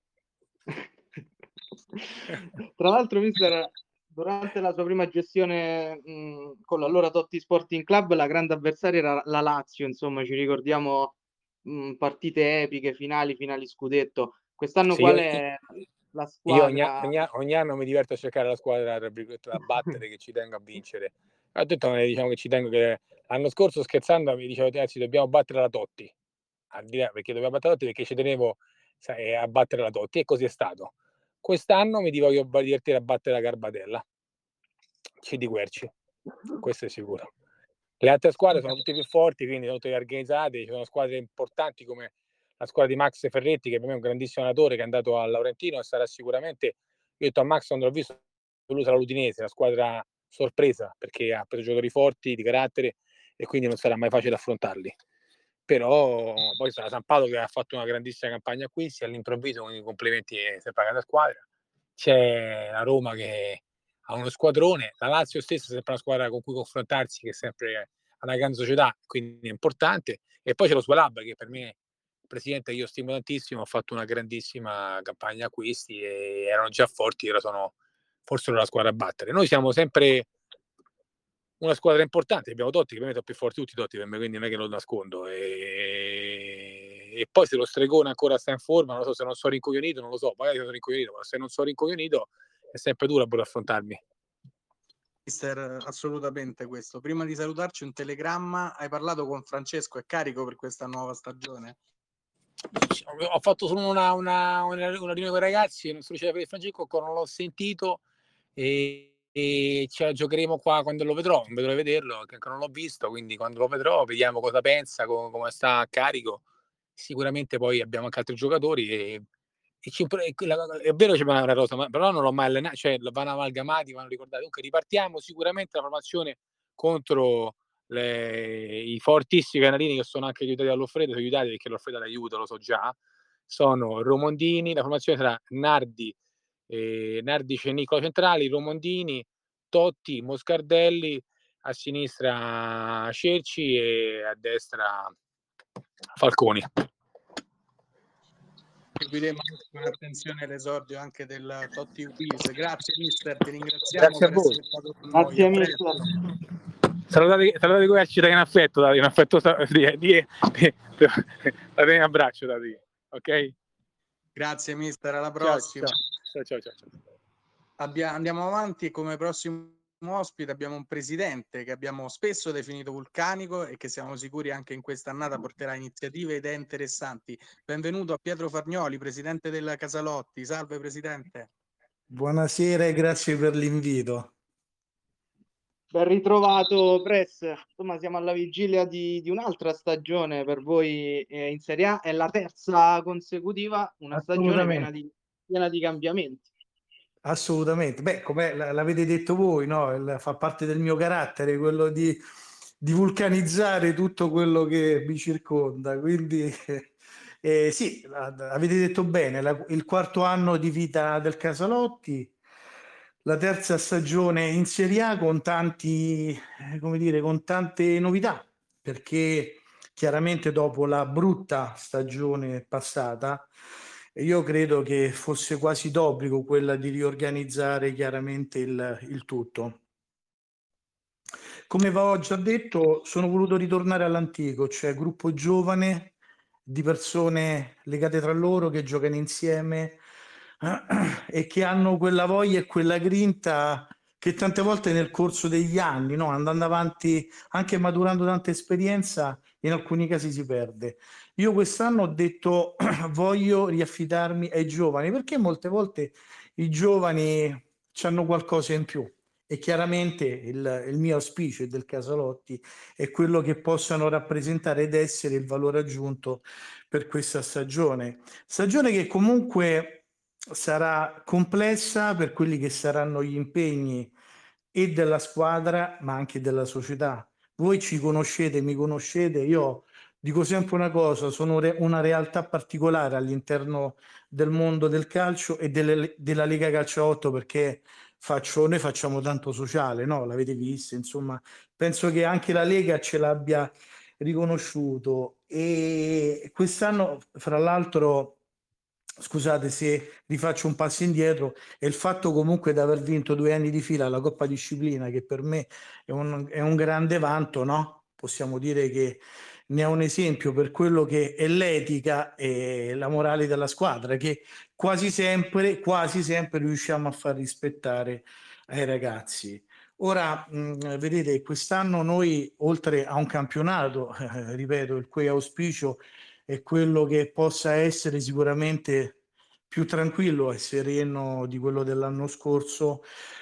Tra l'altro, mister, durante la sua prima gestione con l'allora Totti Sporting Club, la grande avversaria era la Lazio, insomma, ci ricordiamo partite epiche, finali scudetto. Quest'anno sì, qual è la squadra? Io ogni anno mi diverto a cercare la squadra da battere, che ci tengo a vincere. Ho detto, diciamo che ci tengo, che l'anno scorso, scherzando, mi dicevo, ragazzi, dobbiamo battere la Totti, perché dobbiamo battere la Totti, perché ci tenevo a battere la Totti, e così è stato. Quest'anno mi voglio divertire a battere la Garbatella, C di Querci, questo è sicuro. Le altre squadre sono tutte più forti, quindi sono tutte organizzate, ci sono squadre importanti come la squadra di Max Ferretti, che per me è un grandissimo allenatore, che è andato al Laurentino e sarà sicuramente, io ho detto a Max quando l'ho visto, lui sarà l'Udinese, la squadra sorpresa, perché ha preso giocatori forti, di carattere, e quindi non sarà mai facile affrontarli. Però poi sarà San Paolo, che ha fatto una grandissima campagna acquisti all'improvviso, con i complimenti sempre pagata squadra. C'è la Roma che ha uno squadrone, la Lazio stessa è sempre una squadra con cui confrontarsi, che è sempre una grande società, quindi è importante. E poi c'è lo Swalab, che per me, il presidente, che io stimo tantissimo, ha fatto una grandissima campagna acquisti e erano già forti, ora sono forse la squadra a battere. Noi siamo sempre una squadra importante, abbiamo Totti, che per me sono più forti tutti Totti per me, quindi non è che lo nascondo, e poi se lo Stregone ancora sta in forma, non lo so, se non sono rincoglionito, non lo so, magari sono rincoglionito, ma se non sono rincoglionito è sempre dura pure affrontarmi. Mister, assolutamente questo. Prima di salutarci, un telegramma: hai parlato con Francesco, è carico per questa nuova stagione? Ho fatto solo una riunione con i ragazzi, non sono riuscito a vedere Francesco, ancora non l'ho sentito, e ce la giocheremo qua quando lo vedrò, non vedrò vederlo, che ancora non l'ho visto, quindi quando lo vedrò vediamo cosa pensa, come sta a carico. Sicuramente poi abbiamo anche altri giocatori, è vero, c'è una cosa, però non l'ho mai allenato, cioè vanno amalgamati, vanno ricordati. Comunque ripartiamo sicuramente la formazione contro i fortissimi canalini, che sono anche aiutati dall'Offredo, sono aiutati perché l'Offredo l'aiuta, lo so già. Sono Romondini, la formazione sarà Nardi c'è Nicola centrali, Romondini, Totti, Moscardelli, a sinistra Cerci e a destra Falconi. Seguiremo con attenzione l'esordio anche del Totti Quiz. Grazie mister, ti ringraziamo. Grazie a voi. Grazie mister. Salutate Querci, dai un affetto, dai un affettuoso dai un abbraccio, dai, ok? Grazie mister, alla prossima. Ciao. Andiamo avanti. Come prossimo ospite abbiamo un presidente che abbiamo spesso definito vulcanico e che siamo sicuri anche in questa annata porterà iniziative e idee interessanti. Benvenuto a Pietro Fargnoli, presidente della Casalotti. Salve presidente. Buonasera e grazie per l'invito. Ben ritrovato, Press. Insomma, siamo alla vigilia di un'altra stagione per voi in Serie A, è la terza consecutiva, una stagione Assolutamente. piena di cambiamenti. Assolutamente. Beh, come l'avete detto voi, no? Fa parte del mio carattere quello di vulcanizzare tutto quello che mi circonda. Quindi, sì, avete detto bene, il quarto anno di vita del Casalotti, la terza stagione in Serie A con come dire, con tante novità, perché chiaramente dopo la brutta stagione passata, io credo che fosse quasi d'obbligo quella di riorganizzare chiaramente il tutto. Come vi ho già detto, sono voluto ritornare all'antico, cioè gruppo giovane di persone legate tra loro che giocano insieme e che hanno quella voglia e quella grinta che tante volte nel corso degli anni, no, andando avanti, anche maturando tanta esperienza, in alcuni casi si perde. Io quest'anno ho detto voglio riaffidarmi ai giovani, perché molte volte i giovani hanno qualcosa in più e chiaramente il mio auspicio e del Casalotti è quello che possano rappresentare ed essere il valore aggiunto per questa stagione. Stagione che comunque sarà complessa per quelli che saranno gli impegni e della squadra, ma anche della società. Voi ci conoscete, mi conoscete, io dico sempre una cosa, sono una realtà particolare all'interno del mondo del calcio e della Lega Calcio 8 perché noi facciamo tanto sociale, no? L'avete visto, insomma, penso che anche la Lega ce l'abbia riconosciuto e quest'anno, fra l'altro, scusate se rifaccio un passo indietro, è il fatto comunque di aver vinto 2 anni di fila la Coppa Disciplina, che per me è un grande vanto, no? Possiamo dire che ne è un esempio per quello che è l'etica e la morale della squadra, che quasi sempre riusciamo a far rispettare ai ragazzi. Ora, vedete, quest'anno noi, oltre a un campionato, ripeto, il cui auspicio è quello che possa essere sicuramente più tranquillo e sereno di quello dell'anno scorso,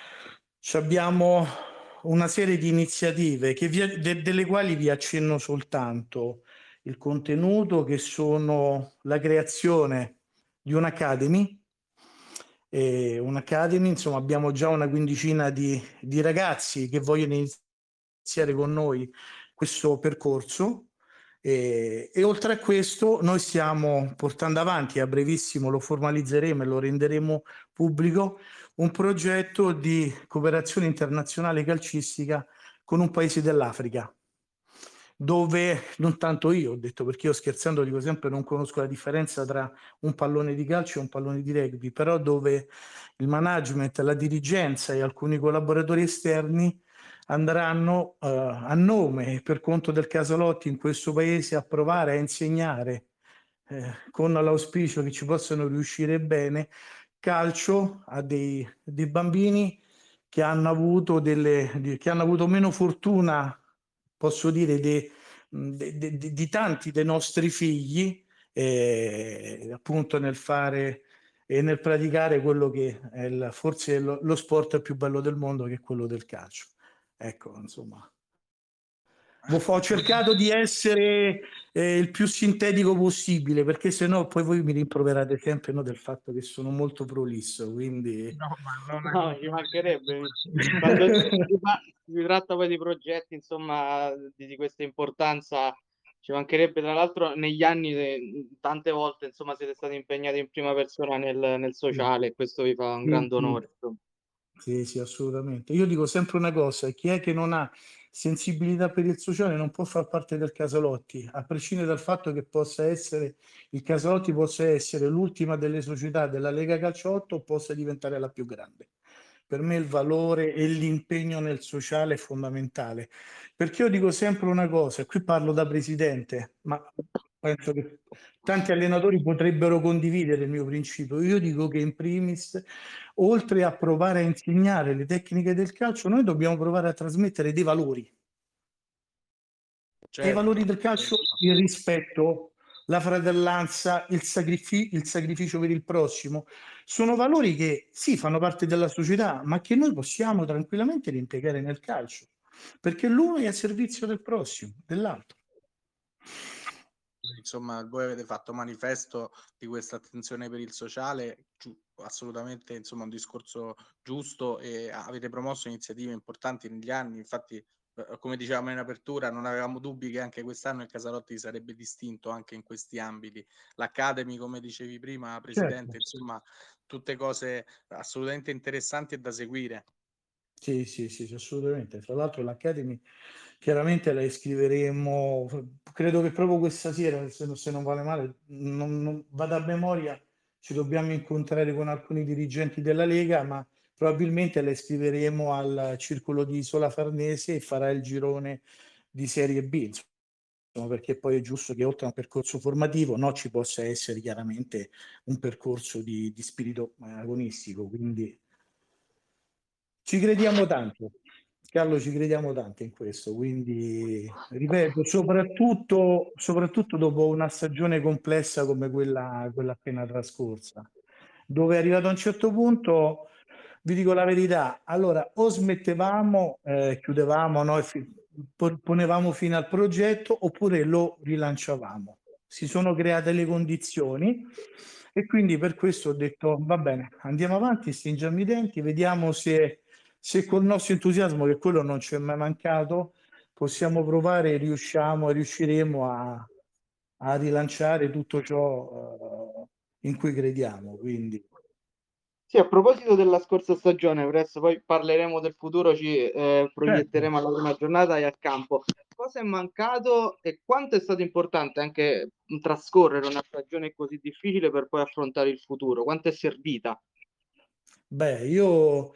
abbiamo una serie di iniziative delle quali vi accenno soltanto il contenuto, che sono la creazione di un'academy. Insomma, abbiamo già una quindicina di ragazzi che vogliono iniziare con noi questo percorso. E oltre a questo, noi stiamo portando avanti, a brevissimo lo formalizzeremo e lo renderemo pubblico, un progetto di cooperazione internazionale calcistica con un paese dell'Africa, dove non tanto io ho detto, perché io scherzando dico sempre non conosco la differenza tra un pallone di calcio e un pallone di rugby, però dove il management, la dirigenza e alcuni collaboratori esterni andranno a nome e per conto del Casalotti in questo paese a provare a insegnare con l'auspicio che ci possano riuscire bene calcio a dei bambini che hanno avuto che hanno avuto meno fortuna, posso dire, di tanti dei nostri figli, appunto nel fare e nel praticare quello che è forse lo sport più bello del mondo, che è quello del calcio. Ecco, insomma. Ho cercato di essere il più sintetico possibile, perché sennò poi voi mi rimproverate sempre, no, del fatto che sono molto prolisso, quindi... No, ma non No, ci mancherebbe. Quando si tratta poi di progetti, insomma, di questa importanza, ci mancherebbe. Tra l'altro negli anni tante volte, insomma, siete stati impegnati in prima persona nel sociale e questo vi fa un grande onore. Insomma. Sì, sì, assolutamente. Io dico sempre una cosa, chi è che non ha sensibilità per il sociale non può far parte del Casalotti, a prescindere dal fatto che il Casalotti possa essere l'ultima delle società della Lega Calcio 8 o possa diventare la più grande. Per me il valore e l'impegno nel sociale è fondamentale, perché io dico sempre una cosa, e qui parlo da presidente, ma penso che tanti allenatori potrebbero condividere il mio principio. Io dico che in primis, oltre a provare a insegnare le tecniche del calcio, noi dobbiamo provare a trasmettere dei valori. certo. E i valori del calcio, il rispetto, la fratellanza, il sacrificio per il prossimo, sono valori che sì, fanno parte della società, ma che noi possiamo tranquillamente reimpiegare nel calcio. perché l'uno è a servizio del prossimo, dell'altro. Insomma, voi avete fatto manifesto di questa attenzione per il sociale, assolutamente, insomma, un discorso giusto, e avete promosso iniziative importanti negli anni. Infatti, come dicevamo in apertura, non avevamo dubbi che anche quest'anno il Casalotti sarebbe distinto anche in questi ambiti. L'Academy, come dicevi prima, Presidente, Certo. insomma, tutte cose assolutamente interessanti e da seguire. Sì, sì, sì, assolutamente. Tra l'altro l'Academy chiaramente la iscriveremo, credo che proprio questa sera, se non vale male, non vado a memoria, ci dobbiamo incontrare con alcuni dirigenti della Lega, ma probabilmente la iscriveremo al circolo di Isola Farnese e farà il girone di Serie B, insomma, perché poi è giusto che oltre a un percorso formativo, no, ci possa essere chiaramente un percorso di spirito agonistico, quindi ci crediamo tanto, Carlo, ci crediamo tanto in questo, quindi ripeto, soprattutto dopo una stagione complessa come quella appena trascorsa, dove è arrivato a un certo punto, vi dico la verità, allora o smettevamo, chiudevamo, no, ponevamo fine al progetto, oppure lo rilanciavamo. Si sono create le condizioni e quindi per questo ho detto va bene, andiamo avanti, stringiamo i denti, vediamo se col nostro entusiasmo, che quello non ci è mai mancato, possiamo provare e riusciremo a rilanciare tutto ciò in cui crediamo. Quindi. Sì, a proposito della scorsa stagione, adesso poi parleremo del futuro, ci proietteremo alla prima giornata e al campo. Cosa è mancato e quanto è stato importante anche trascorrere una stagione così difficile per poi affrontare il futuro? Quanto è servita? Beh, io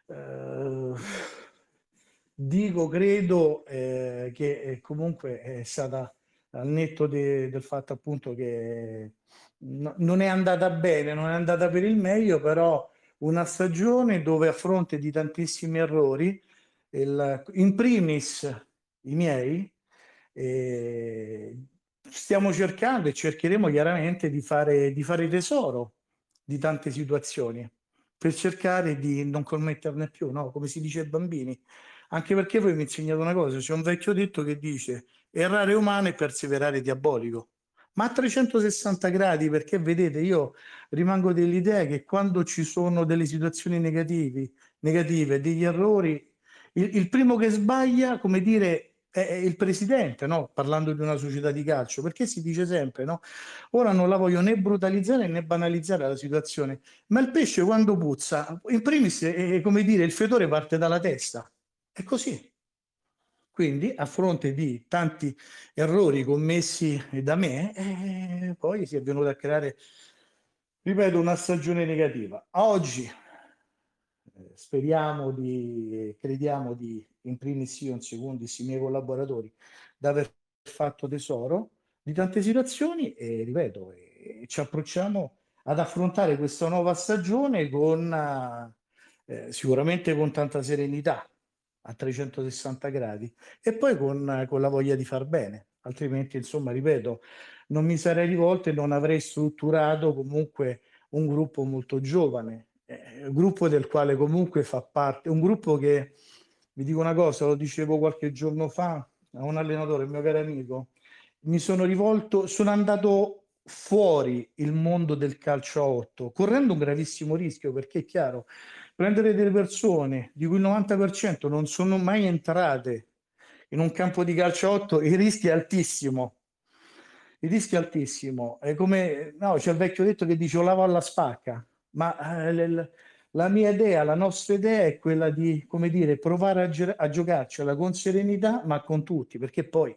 credo che comunque è stata, al netto del fatto appunto che non è andata bene, non è andata per il meglio, però una stagione dove a fronte di tantissimi errori, in primis i miei, stiamo cercando e cercheremo chiaramente di fare tesoro di tante situazioni per cercare di non commetterne più, no? Come si dice ai bambini. Anche perché voi mi insegnate una cosa, c'è un vecchio detto che dice errare è umano e perseverare è diabolico. Ma a 360 gradi, perché vedete, io rimango dell'idea che quando ci sono delle situazioni negative, degli errori, il primo che sbaglia, come dire, è il presidente, no? Parlando di una società di calcio, perché si dice sempre, no? Ora non la voglio né brutalizzare né banalizzare la situazione, ma il pesce quando puzza, in primis, come dire, il fetore parte dalla testa. È così. Quindi, a fronte di tanti errori commessi da me, poi si è venuto a creare, ripeto, una stagione negativa. Oggi crediamo in primis io, in secondis i miei collaboratori, di aver fatto tesoro di tante situazioni e, ripeto, ci approcciamo ad affrontare questa nuova stagione con sicuramente con tanta serenità, a 360 gradi, e poi con la voglia di far bene, altrimenti, insomma, ripeto, non mi sarei rivolto e non avrei strutturato comunque un gruppo molto giovane, un gruppo del quale comunque fa parte, un gruppo che, vi dico una cosa, lo dicevo qualche giorno fa a un allenatore, il mio caro amico, mi sono rivolto, sono andato fuori il mondo del calcio a 8, correndo un gravissimo rischio, perché è chiaro, prendere delle persone di cui il 90% non sono mai entrate in un campo di calcio a 8, il rischio è altissimo. Il rischio è altissimo. È come, no, c'è il vecchio detto che dice o lava alla spacca, ma la mia idea, la nostra idea è quella di, come dire, provare a giocarcela con serenità, ma con tutti, perché poi,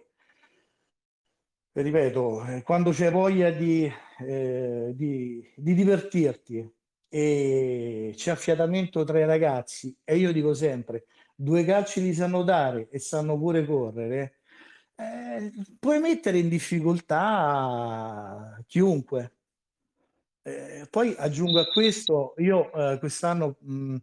ripeto, quando c'è voglia di divertirti e c'è affiatamento tra i ragazzi, e io dico sempre, due calci li sanno dare e sanno pure correre, puoi mettere in difficoltà chiunque. Poi aggiungo a questo, io quest'anno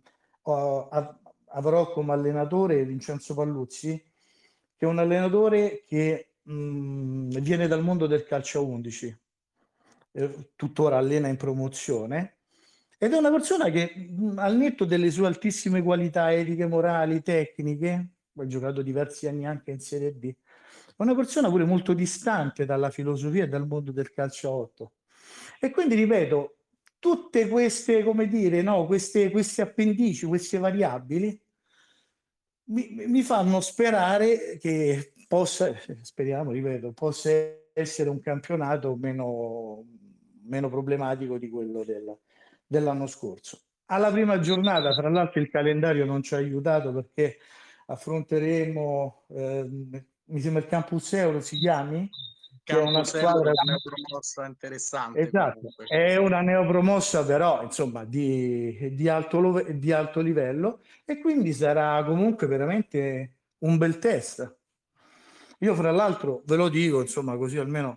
avrò come allenatore Vincenzo Palluzzi, che è un allenatore che viene dal mondo del calcio a 11, tuttora allena in promozione, ed è una persona che al netto delle sue altissime qualità etiche, morali, tecniche, ha giocato diversi anni anche in Serie B, è una persona pure molto distante dalla filosofia e dal mondo del calcio a 8. E quindi, ripeto, tutte queste, come dire, no, queste appendici, queste variabili mi fanno sperare che possa, speriamo, ripeto, possa essere un campionato meno problematico di quello dell'anno scorso. Alla prima giornata, fra l'altro, il calendario non ci ha aiutato perché affronteremo, mi sembra il Campus Euro si chiami, che è una Campus Euro, squadra una proposta interessante esatto, comunque. è una neopromossa però insomma di alto livello, e quindi sarà comunque veramente un bel test. Io fra l'altro ve lo dico, insomma, così almeno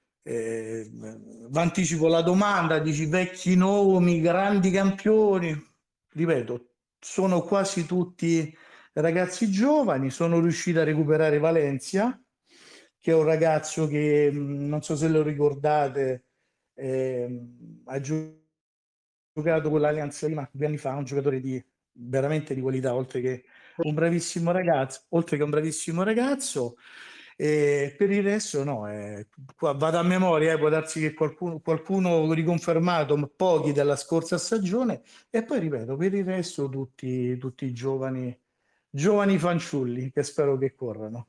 anticipo la domanda, dici vecchi nomi, grandi campioni, ripeto, sono quasi tutti ragazzi giovani. Sono riuscito a recuperare Valencia, che è un ragazzo che non so se lo ricordate, ha giocato con l'Allianz Lima 2 anni fa, un giocatore veramente di qualità, oltre che un bravissimo ragazzo. E per il resto no, qua vado a memoria, può darsi che qualcuno riconfermato, ma pochi della scorsa stagione, e poi ripeto, per il resto tutti giovani fanciulli che spero che corrano.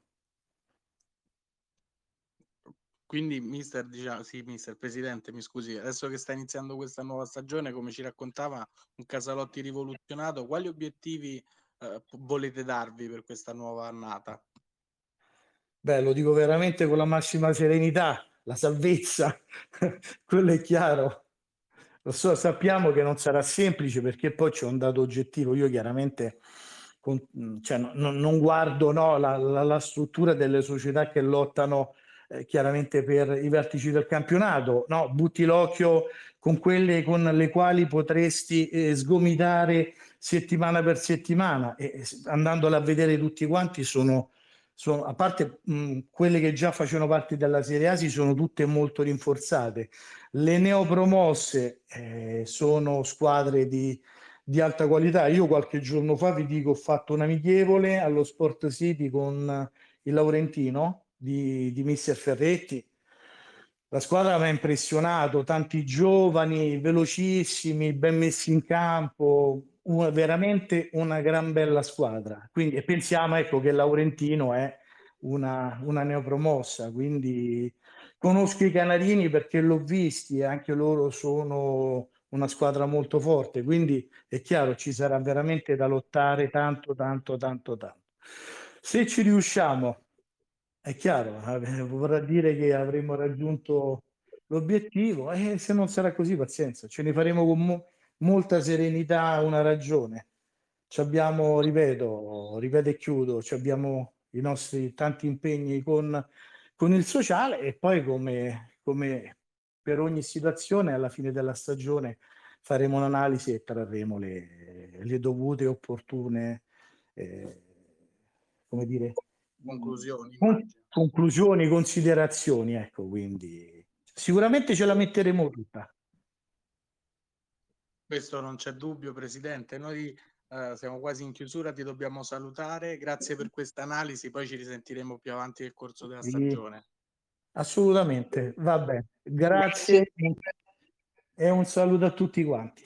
Quindi, mister presidente, mi scusi, adesso che sta iniziando questa nuova stagione, come ci raccontava un Casallotti rivoluzionato, quali obiettivi volete darvi per questa nuova annata? Beh, lo dico veramente con la massima serenità, la salvezza, quello è chiaro. Lo so, sappiamo che non sarà semplice, perché poi c'è un dato oggettivo. Io chiaramente cioè, non guardo, no, la struttura delle società che lottano chiaramente per i vertici del campionato, no? Butti l'occhio con quelle con le quali potresti sgomitare settimana per settimana, e andandole a vedere tutti quanti a parte quelle che già facevano parte della Serie A, si sono tutte molto rinforzate. Le neopromosse sono squadre di alta qualità. Io qualche giorno fa, vi dico, ho fatto un amichevole allo Sport City con il Laurentino di Mister Ferretti. La squadra mi ha impressionato, tanti giovani, velocissimi, ben messi in campo, veramente una gran bella squadra. Quindi, e pensiamo, ecco, che Laurentino è una neopromossa, quindi conosco i Canarini perché l'ho visti, e anche loro sono una squadra molto forte, quindi è chiaro, ci sarà veramente da lottare tanto. Se ci riusciamo, è chiaro, vorrà dire che avremo raggiunto l'obiettivo, e se non sarà così, pazienza, ce ne faremo con molta serenità una ragione. Ripeto e chiudo, abbiamo i nostri tanti impegni con il sociale, e poi come per ogni situazione alla fine della stagione faremo un'analisi e trarremo le dovute e opportune come dire, conclusioni, considerazioni, ecco, quindi sicuramente ce la metteremo tutta. Questo non c'è dubbio, presidente. Noi siamo quasi in chiusura, ti dobbiamo salutare. Grazie per questa analisi, poi ci risentiremo più avanti nel corso della stagione. Assolutamente, va bene. Grazie e un saluto a tutti quanti.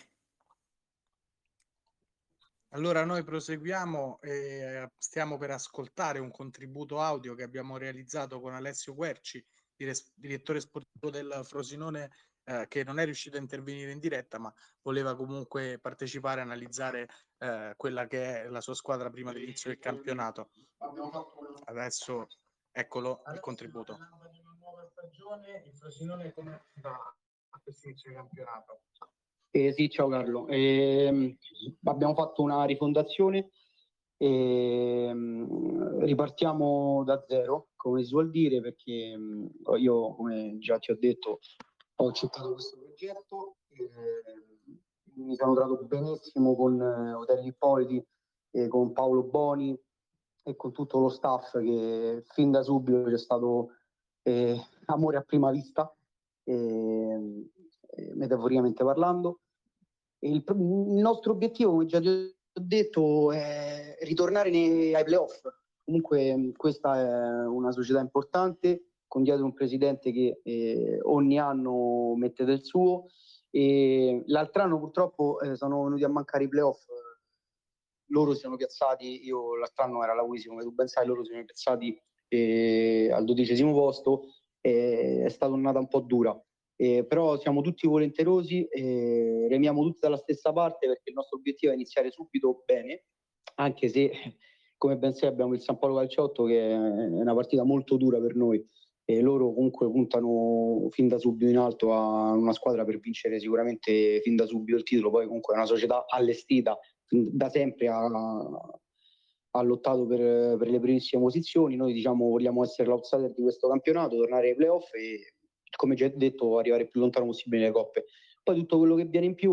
Allora noi proseguiamo e stiamo per ascoltare un contributo audio che abbiamo realizzato con Alessio Querci, direttore sportivo del Frosinone, che non è riuscito a intervenire in diretta, ma voleva comunque partecipare e analizzare quella che è la sua squadra prima dell'inizio del campionato. Adesso eccolo il contributo. Di una nuova stagione, il Frosinone come va a questo inizio di campionato? Sì, ciao Carlo. Abbiamo fatto una rifondazione e ripartiamo da zero, come si vuol dire, perché io, come già ti ho detto, ho accettato questo progetto, mi sono trovato benissimo con Otelli Ippoliti, con Paolo Boni e con tutto lo staff, che fin da subito c'è stato amore a prima vista. Metaforicamente parlando, il nostro obiettivo, come già ti ho detto, è ritornare ai playoff, Comunque questa è una società importante, con dietro un presidente che ogni anno mette del suo, e l'altro anno purtroppo sono venuti a mancare i playoff. Loro si sono piazzati, io l'altro anno era la Wisi, come tu ben sai, loro si sono piazzati al 12° posto, è stata un'annata un po' dura. Però siamo tutti volenterosi, remiamo tutti dalla stessa parte, perché il nostro obiettivo è iniziare subito bene, anche se, come ben sai, abbiamo il San Paolo Calciotto, che è una partita molto dura per noi, e loro comunque puntano fin da subito in alto a una squadra per vincere sicuramente fin da subito il titolo. Poi comunque è una società allestita, da sempre ha lottato per le primissime posizioni. Noi diciamo vogliamo essere l'outsider di questo campionato, tornare ai playoff e, come già detto, arrivare il più lontano possibile nelle coppe. Poi tutto quello che viene in più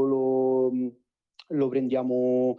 lo prendiamo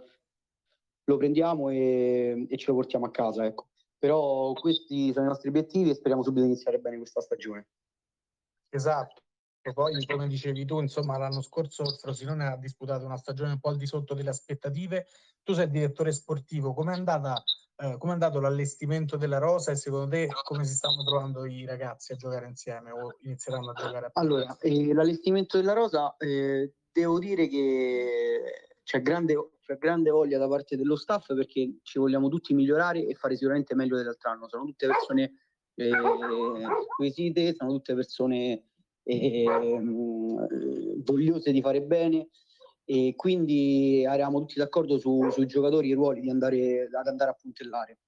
e ce lo portiamo a casa, ecco. Però questi sono i nostri obiettivi e speriamo subito di iniziare bene questa stagione. Esatto. E poi, come dicevi tu, insomma, l'anno scorso il Frosinone ha disputato una stagione un po' al di sotto delle aspettative. Tu sei direttore sportivo, com'è andato l'allestimento della rosa e secondo te come si stanno trovando i ragazzi a giocare insieme o inizieranno a giocare? Allora, l'allestimento della rosa, devo dire che c'è grande voglia da parte dello staff, perché ci vogliamo tutti migliorare e fare sicuramente meglio dell'altro anno. Sono tutte persone acquisite, sono tutte persone vogliose di fare bene, e quindi eravamo tutti d'accordo sui giocatori e i ruoli ad andare a puntellare.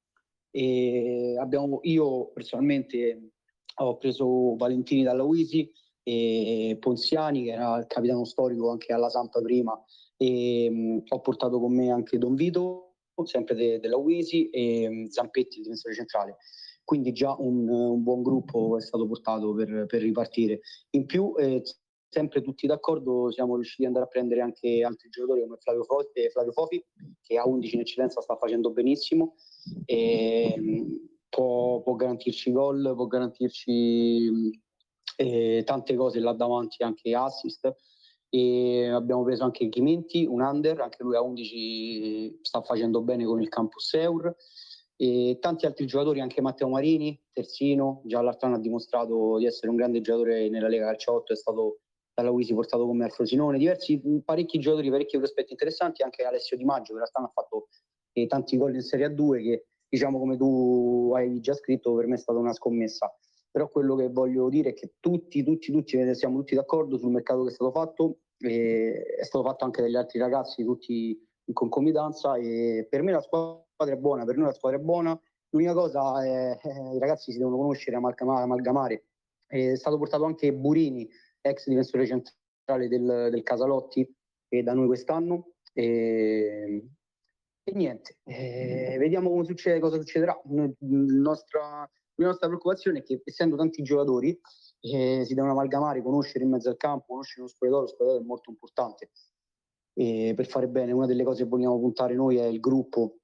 Io personalmente ho preso Valentini dalla Wisi e Ponziani, che era il capitano storico anche alla Sampa prima, e ho portato con me anche Don Vito, sempre della Wisi, e Zampetti, il difensore centrale. Quindi già un buon gruppo è stato portato per ripartire. In più, sempre tutti d'accordo, siamo riusciti ad andare a prendere anche altri giocatori come Flavio Fofi, che a 11 in eccellenza sta facendo benissimo, e può garantirci gol, può garantirci tante cose là davanti, anche assist. E abbiamo preso anche Chimenti, un under, anche lui a 11 sta facendo bene con il Campus Eur, e tanti altri giocatori, anche Matteo Marini, terzino, già l'altro anno ha dimostrato di essere un grande giocatore nella Lega Calciotto, è stato dalla Wisi portato con me al Frosinone, parecchi giocatori, parecchi prospetti interessanti, anche Alessio Di Maggio, che in realtà ha fatto tanti gol in Serie A2, che diciamo, come tu hai già scritto, per me è stata una scommessa. Però quello che voglio dire è che tutti siamo tutti d'accordo sul mercato che è stato fatto, e è stato fatto anche dagli altri ragazzi, tutti in concomitanza, e per me la squadra è buona, per noi la squadra è buona. L'unica cosa è i ragazzi si devono conoscere, amalgamare. È stato portato anche Burini, ex difensore centrale del Casalotti, da noi quest'anno, e niente, vediamo cosa succederà. La nostra preoccupazione è che, essendo tanti giocatori, si devono amalgamare, conoscere in mezzo al campo, conoscere lo spogliatoio è molto importante. Per fare bene, una delle cose che vogliamo puntare noi è il gruppo,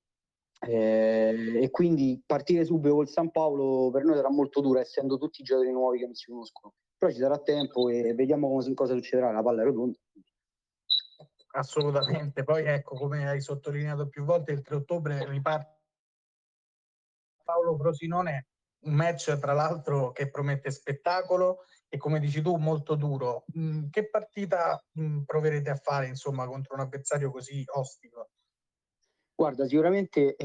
e quindi partire subito col San Paolo per noi sarà molto dura, essendo tutti giocatori nuovi che non si conoscono. Però ci sarà tempo e vediamo cosa succederà. La palla è rotonda. Assolutamente. Poi ecco, come hai sottolineato più volte, il 3 ottobre riparte Paolo Frosinone, un match tra l'altro che promette spettacolo e, come dici tu, molto duro. Che partita proverete a fare, insomma, contro un avversario così ostico? Guarda, sicuramente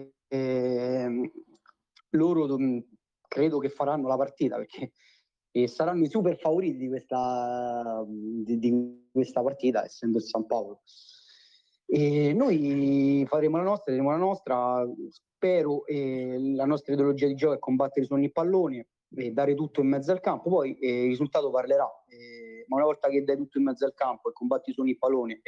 loro credo che faranno la partita, perché saranno i super favoriti di questa partita, essendo il San Paolo. E noi faremo la nostra, spero, la nostra ideologia di gioco è combattere su ogni pallone e dare tutto in mezzo al campo. Poi il risultato parlerà, ma una volta che dai tutto in mezzo al campo e combatti su ogni pallone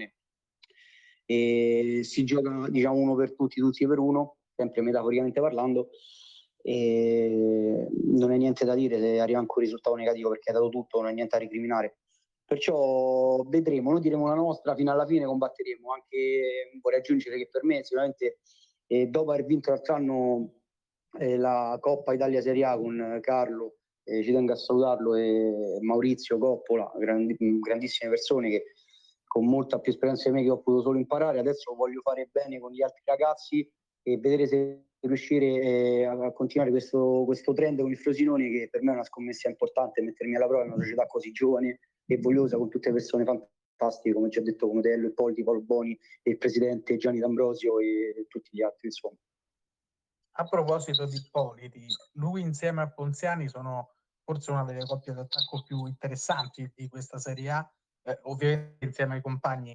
e si gioca, diciamo, uno per tutti per uno, sempre metaforicamente parlando, e non è niente da dire se arriva anche un risultato negativo, perché hai dato tutto, non è niente da recriminare. Perciò vedremo, noi diremo la nostra, fino alla fine combatteremo. Anche vorrei aggiungere che per me sicuramente, dopo aver vinto l'altro anno la Coppa Italia Serie A con Carlo, ci tengo a salutarlo, e Maurizio Coppola, grandissime persone che con molta più esperienza di me, che ho potuto solo imparare. Adesso voglio fare bene con gli altri ragazzi e vedere se riuscire a continuare questo trend con il Frosinone, che per me è una scommessa importante, mettermi alla prova in una società così giovane e vogliosa, con tutte persone fantastiche, come già detto, come Dello, Ippoliti, Paolo Boni, e il presidente Gianni D'Ambrosio e tutti gli altri, insomma. A proposito di Ippoliti, lui insieme a Ponziani sono forse una delle coppie d'attacco più interessanti di questa Serie A, ovviamente insieme ai compagni.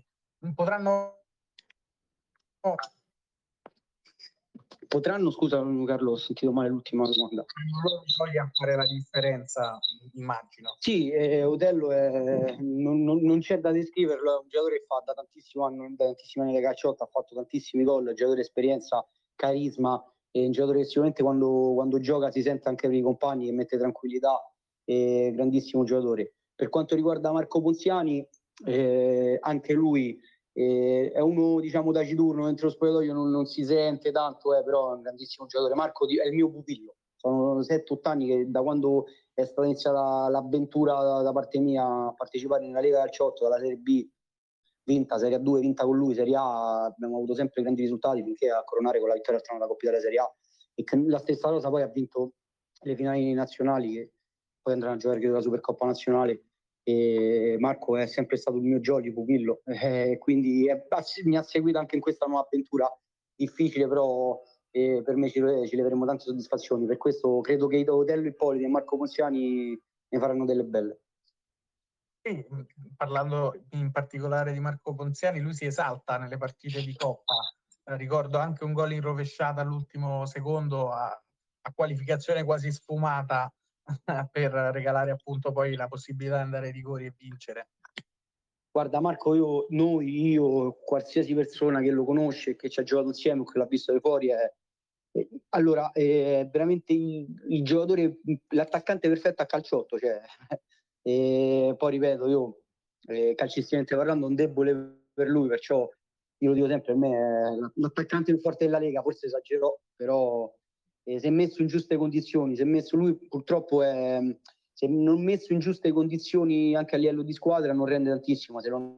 Potranno, scusa Carlo, ho sentito male l'ultima domanda. Non voglio fare la differenza, immagino. Sì, Otello non c'è da descriverlo, è un giocatore che fa da tantissimi anni le calciotte, ha fatto tantissimi gol, giocatore esperienza, carisma, è un giocatore che sicuramente quando gioca si sente anche per i compagni, che mette tranquillità, è grandissimo giocatore. Per quanto riguarda Marco Ponziani, anche lui è uno, diciamo, taciturno, dentro lo spogliatoio non si sente tanto, però è un grandissimo giocatore. Marco è il mio pupillo, sono 7-8 anni che da quando è stata iniziata l'avventura da parte mia a partecipare nella Lega Calciotto, dalla Serie B vinta, Serie A2 vinta con lui, Serie A abbiamo avuto sempre grandi risultati, finché a coronare con la vittoria al della Coppa Italia Serie A, e che la stessa cosa poi ha vinto le finali nazionali, che poi andranno a giocare la Supercoppa nazionale. E Marco è sempre stato il mio jolly pupillo, quindi mi ha seguito anche in questa nuova avventura difficile, però per me ci leveremo tante soddisfazioni. Per questo credo che Otello, Ippoliti e Marco Ponziani ne faranno delle belle. Sì, parlando in particolare di Marco Ponziani, lui si esalta nelle partite di Coppa. Ricordo anche un gol in rovesciata all'ultimo secondo a qualificazione quasi sfumata per regalare appunto poi la possibilità di andare ai rigori e vincere. Guarda Marco, io, qualsiasi persona che lo conosce e che ci ha giocato insieme o che l'ha visto da fuori è veramente il giocatore, l'attaccante perfetto a calciotto, cioè. E poi ripeto, io calcisticamente parlando, un debole per lui, perciò io lo dico sempre, per me è l'attaccante più forte della Lega, forse esagerò, però se messo in giuste condizioni, se messo lui purtroppo se non messo in giuste condizioni anche a livello di squadra non rende tantissimo, se non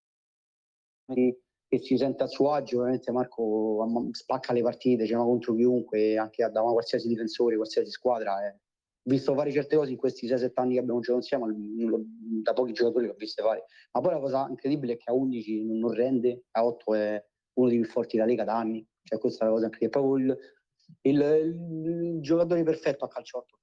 che si sente a suo agio, ovviamente Marco spacca le partite, gioca contro chiunque, anche da qualsiasi difensore, qualsiasi squadra. Visto fare certe cose in questi 6-7 anni che abbiamo giocato insieme, da pochi giocatori che ho visto fare. Ma poi la cosa incredibile è che a 11 non rende, a 8 è uno dei più forti della Lega da anni. Cioè questa è la cosa incredibile, è proprio il giocatore perfetto a calciotto.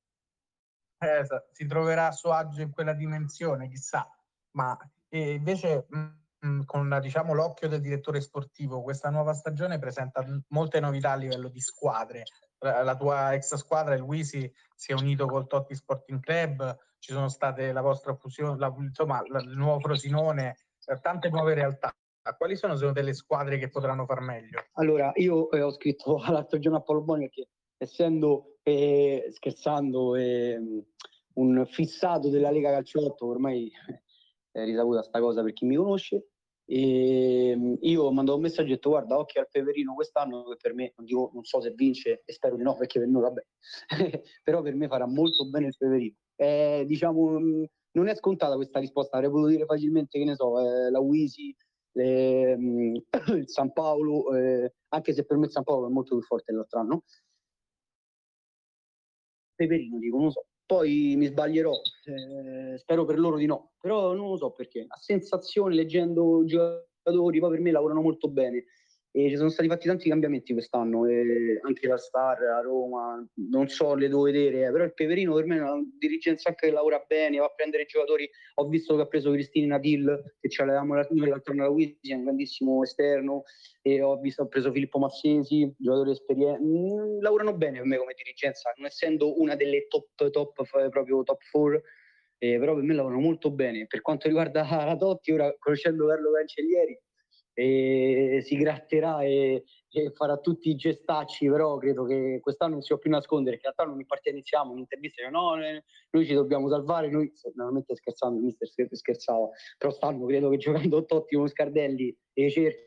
Si troverà a suo agio in quella dimensione, chissà. Ma invece con, diciamo, l'occhio del direttore sportivo, questa nuova stagione presenta molte novità a livello di squadre. La tua ex squadra, il Luisi, si è unito col Totti Sporting Club, ci sono state la vostra fusione, insomma, il nuovo Frosinone, tante nuove realtà. Quali sono secondo te le squadre che potranno far meglio? Allora, io ho scritto l'altro giorno a Paolo Boni perché, essendo scherzando un fissato della Lega Calciotto, ormai è risaputa sta cosa per chi mi conosce, e io ho mandato un messaggio e ho detto: guarda, occhio al Peperino quest'anno, che per me, non so se vince e spero di no, perché per noi vabbè però per me farà molto bene il Peperino. Diciamo, non è scontata questa risposta, avrei potuto dire facilmente, che ne so, la Uisi, il San Paolo, anche se per me il San Paolo è molto più forte dell'altro anno. Peperino, dico, non lo so. Poi mi sbaglierò, spero per loro di no, però non lo so perché. A sensazione, leggendo giocatori, poi per me lavorano molto bene. E ci sono stati fatti tanti cambiamenti quest'anno, anche la Star a Roma, non so, le devo vedere, però il Peperino per me è una dirigenza anche che lavora bene, va a prendere giocatori. Ho visto che ha preso Cristini Natil, che ce l'avevamo l'altro anno alla Wisi, è un grandissimo esterno, e ho preso Filippo Massesi, giocatore esperiente. Lavorano bene per me come dirigenza, non essendo una delle proprio top 4, però per me lavorano molto bene. Per quanto riguarda la Totti, ora conoscendo Carlo Cancellieri, si gratterà e farà tutti i gestacci, però credo che quest'anno non si può più nascondere, che l'altro anno in partita iniziamo, in intervista dice no, noi ci dobbiamo salvare, noi veramente scherzando, il mister scherzava, però stanno, credo che giocando Totti con Scardelli e Cerchi,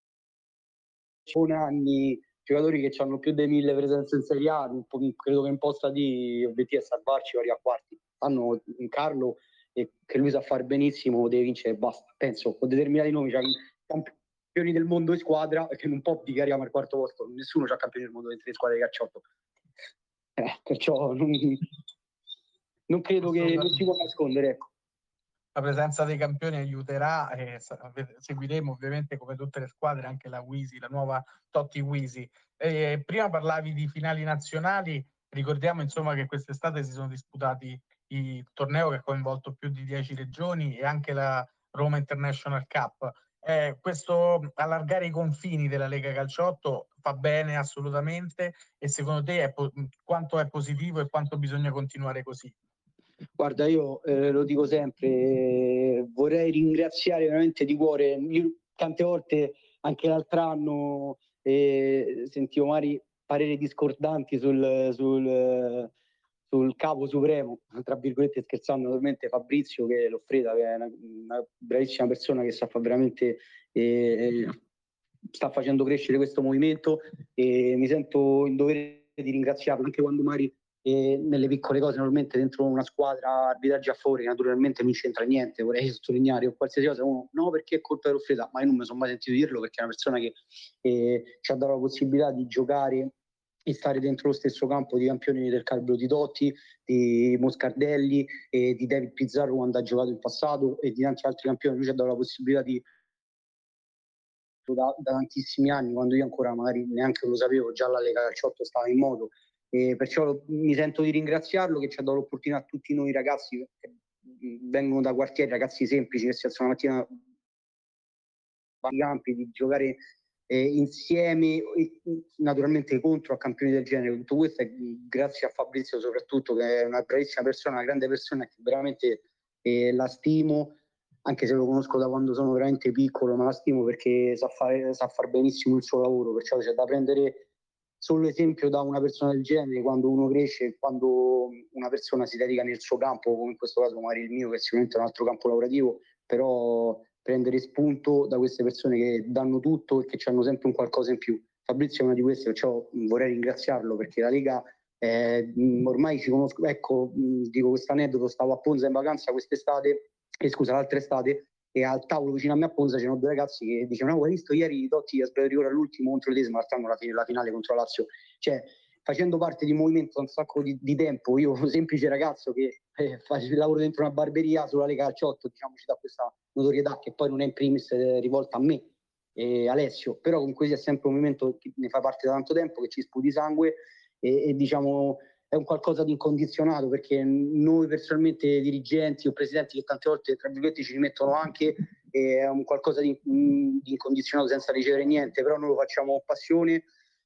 anni, giocatori che hanno più di 1000 presenze in Serie A, credo che in posta di obiettivo è salvarci o arrivare a quarti. Hanno un Carlo che lui sa fare benissimo, deve vincere e basta. Penso con determinati nomi, campioni del mondo in squadra, che non può dire che arriviamo al quarto posto, nessuno c'ha campioni del mondo dentro le squadre di calciotto. Perciò non credo che non si può nascondere, ecco. La presenza dei campioni aiuterà e seguiremo ovviamente come tutte le squadre anche la Wisi, la nuova Totti Wisi. Prima parlavi di finali nazionali, ricordiamo insomma che quest'estate si sono disputati il torneo che ha coinvolto più di 10 regioni e anche la Roma International Cup. Questo allargare i confini della Lega Calciotto fa bene assolutamente, e secondo te quanto è positivo e quanto bisogna continuare così? Guarda, io lo dico sempre, vorrei ringraziare veramente di cuore. Io tante volte, anche l'altro anno, sentivo magari pareri discordanti sul capo supremo, tra virgolette scherzando, naturalmente Fabrizio, che è Loffreda, che è una bravissima persona che sa fare veramente, sta facendo crescere questo movimento, e mi sento in dovere di ringraziarlo anche quando magari nelle piccole cose, normalmente dentro una squadra arbitraggi a favore, naturalmente non c'entra niente, vorrei sottolineare, o qualsiasi cosa, uno no perché è colpa di Loffreda, ma io non mi sono mai sentito dirlo, perché è una persona che ci ha dato la possibilità di giocare e stare dentro lo stesso campo di campioni del calibro di Totti, di Moscardelli e di David Pizarro quando ha giocato in passato, e di tanti altri campioni. Lui ci ha dato la possibilità di da tantissimi anni, quando io ancora magari neanche lo sapevo, già la Lega Calciotto stava in moto, e perciò mi sento di ringraziarlo, che ci ha dato l'opportunità a tutti noi ragazzi che vengono da quartieri, ragazzi semplici che si alzano la mattina ai campi, di giocare insieme, naturalmente contro a campioni del genere. Tutto questo è grazie a Fabrizio soprattutto, che è una bravissima persona, una grande persona, che veramente la stimo, anche se lo conosco da quando sono veramente piccolo, ma la stimo perché sa fare benissimo il suo lavoro, perciò c'è da prendere solo esempio da una persona del genere quando uno cresce, quando una persona si dedica nel suo campo, come in questo caso magari il mio, che sicuramente è un altro campo lavorativo, però prendere spunto da queste persone che danno tutto e che hanno sempre un qualcosa in più. Fabrizio è una di queste, perciò vorrei ringraziarlo, perché la Lega ormai ci conosco. Ecco, dico questo aneddoto: stavo a Ponza in vacanza l'altra estate, e al tavolo vicino a me a Ponza c'erano due ragazzi che dicevano: hai visto ieri Totti ha sbagliato rigore all'ultimo contro l'Esma, la finale contro la Lazio. Cioè, facendo parte di un movimento da un sacco di tempo, io un semplice ragazzo che lavoro dentro una barberia, sulla Lega Calciotto, diciamo, ci dà questa notorietà, che poi non è in primis rivolta a me e Alessio, però comunque sia sempre un movimento che ne fa parte da tanto tempo, che ci sputi sangue, e diciamo è un qualcosa di incondizionato, perché noi personalmente dirigenti o presidenti, che tante volte tra virgolette ci rimettono anche, è un qualcosa di incondizionato senza ricevere niente, però noi lo facciamo con passione,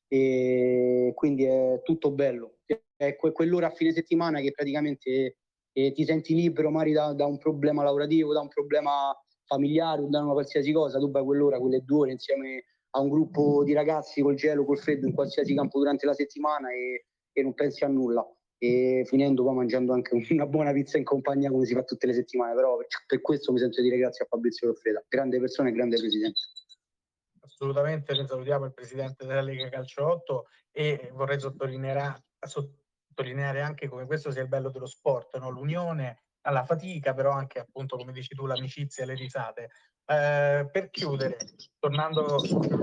e quindi è tutto bello. È quell'ora a fine settimana che praticamente ti senti libero magari da un problema lavorativo, da un problema familiare o da una qualsiasi cosa, tu vai quell'ora, quelle 2 ore insieme a un gruppo di ragazzi col gelo, col freddo, in qualsiasi campo durante la settimana, e non pensi a nulla, e finendo poi mangiando anche una buona pizza in compagnia, come si fa tutte le settimane. Però per questo mi sento di dire grazie a Fabrizio Loffreda, grande persona e grande presidente. Assolutamente, noi salutiamo il presidente della Lega Calciotto, e vorrei sottolineare anche come questo sia il bello dello sport, no? L'unione alla fatica, però anche, appunto, come dici tu, l'amicizia e le risate. Per chiudere, tornando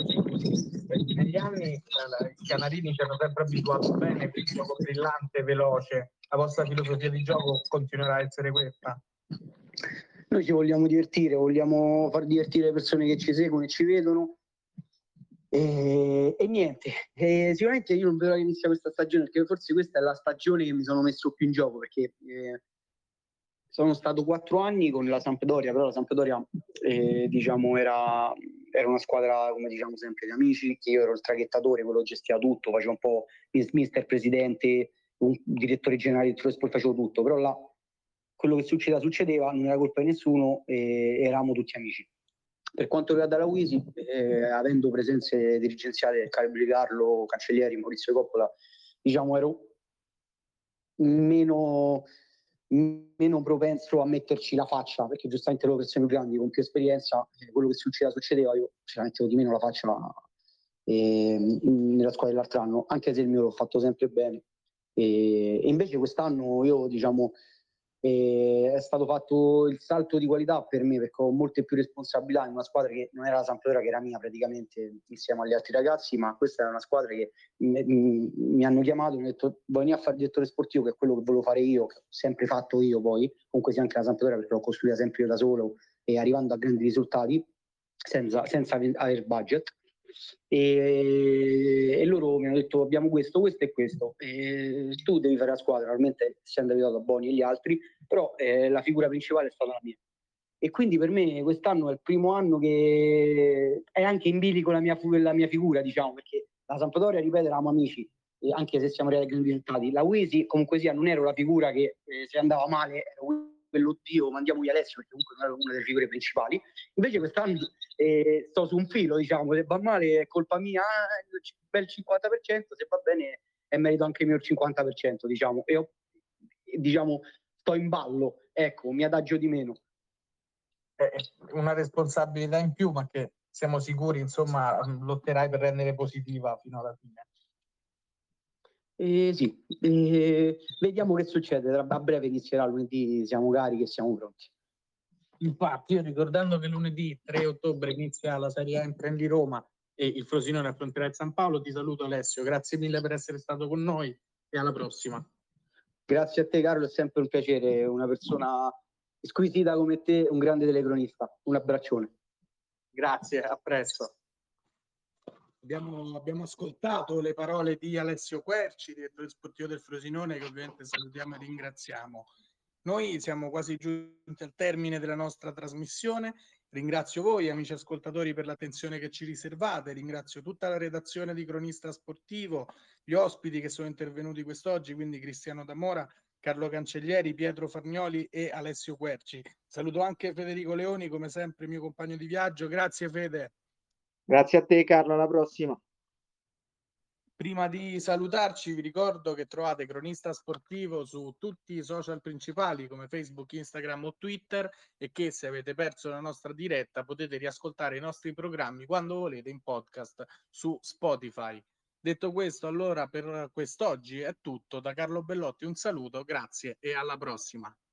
negli anni, i canarini ci hanno sempre abituato bene, quindi gioco brillante, veloce. La vostra filosofia di gioco continuerà a essere questa? Noi ci vogliamo divertire, vogliamo far divertire le persone che ci seguono e ci vedono, e niente, sicuramente io non vedo che inizia questa stagione, perché forse questa è la stagione che mi sono messo più in gioco, perché sono stato 4 anni con la Sampdoria, però la Sampdoria diciamo era una squadra, come diciamo sempre, di amici, che io ero il traghettatore, quello che gestiva tutto, facevo un po' mister presidente, un direttore generale, facevo tutto, però là quello che succedeva, non era colpa di nessuno, eravamo tutti amici. Per quanto riguarda la Wisi, avendo presenze dirigenziali del calibro di Carlo Cancellieri, Maurizio Coppola, diciamo ero meno propenso a metterci la faccia, perché giustamente le persone più grandi con più esperienza, quello che succedeva, io ci mettevo di meno la faccia nella squadra dell'altro anno, anche se il mio l'ho fatto sempre bene. E invece quest'anno io, diciamo, E è stato fatto il salto di qualità per me, perché ho molte più responsabilità in una squadra che non era la Sampdoria, che era mia praticamente insieme agli altri ragazzi, ma questa è una squadra che mi hanno chiamato e mi hanno detto vuoi venire a fare il direttore sportivo, che è quello che volevo fare io, che ho sempre fatto io poi, comunque sia anche la Sampdoria, perché l'ho costruita sempre io da solo e arrivando a grandi risultati senza aver budget. E loro mi hanno detto abbiamo questo e questo, e tu devi fare la squadra. Normalmente si è aiutato a Boni e gli altri, però la figura principale è stata la mia, e quindi per me quest'anno è il primo anno che è anche in bilico la mia figura, diciamo, perché la Sampdoria, ripeto, eravamo amici, anche se siamo arrivati ai grandi risultati. La Uesi comunque sia non ero la figura che se andava male ero quello dio, mandiamo via Alessio, perché comunque non ero una delle figure principali. Invece quest'anno sto su un filo, diciamo, se va male è colpa mia, un bel 50%, se va bene è merito anche mio il 50%, diciamo, e diciamo sto in ballo, ecco, mi adagio di meno. Una responsabilità in più, ma che siamo sicuri, insomma, lotterai per rendere positiva fino alla fine. Sì, vediamo che succede, a breve inizierà lunedì, siamo carichi e siamo pronti. Infatti, io ricordando che lunedì 3 ottobre inizia la Serie A Imprendi Roma e il Frosinone affronterà il San Paolo, ti saluto Alessio, grazie mille per essere stato con noi e alla prossima. Grazie a te Carlo, è sempre un piacere, una persona squisita come te, un grande telecronista, un abbraccione. Grazie, a presto. Abbiamo ascoltato le parole di Alessio Querci, direttore sportivo del Frosinone, che ovviamente salutiamo e ringraziamo. Noi siamo quasi giunti al termine della nostra trasmissione. Ringrazio voi, amici ascoltatori, per l'attenzione che ci riservate. Ringrazio tutta la redazione di Cronista Sportivo, gli ospiti che sono intervenuti quest'oggi, quindi Cristiano D'Amora, Carlo Cancellieri, Pietro Fargnoli e Alessio Querci. Saluto anche Federico Leoni, come sempre mio compagno di viaggio. Grazie Fede. Grazie a te Carlo, alla prossima. Prima di salutarci vi ricordo che trovate Cronista Sportivo su tutti i social principali come Facebook, Instagram o Twitter, e che se avete perso la nostra diretta potete riascoltare i nostri programmi quando volete in podcast su Spotify. Detto questo, allora per quest'oggi è tutto. Da Carlo Bellotti un saluto, grazie e alla prossima.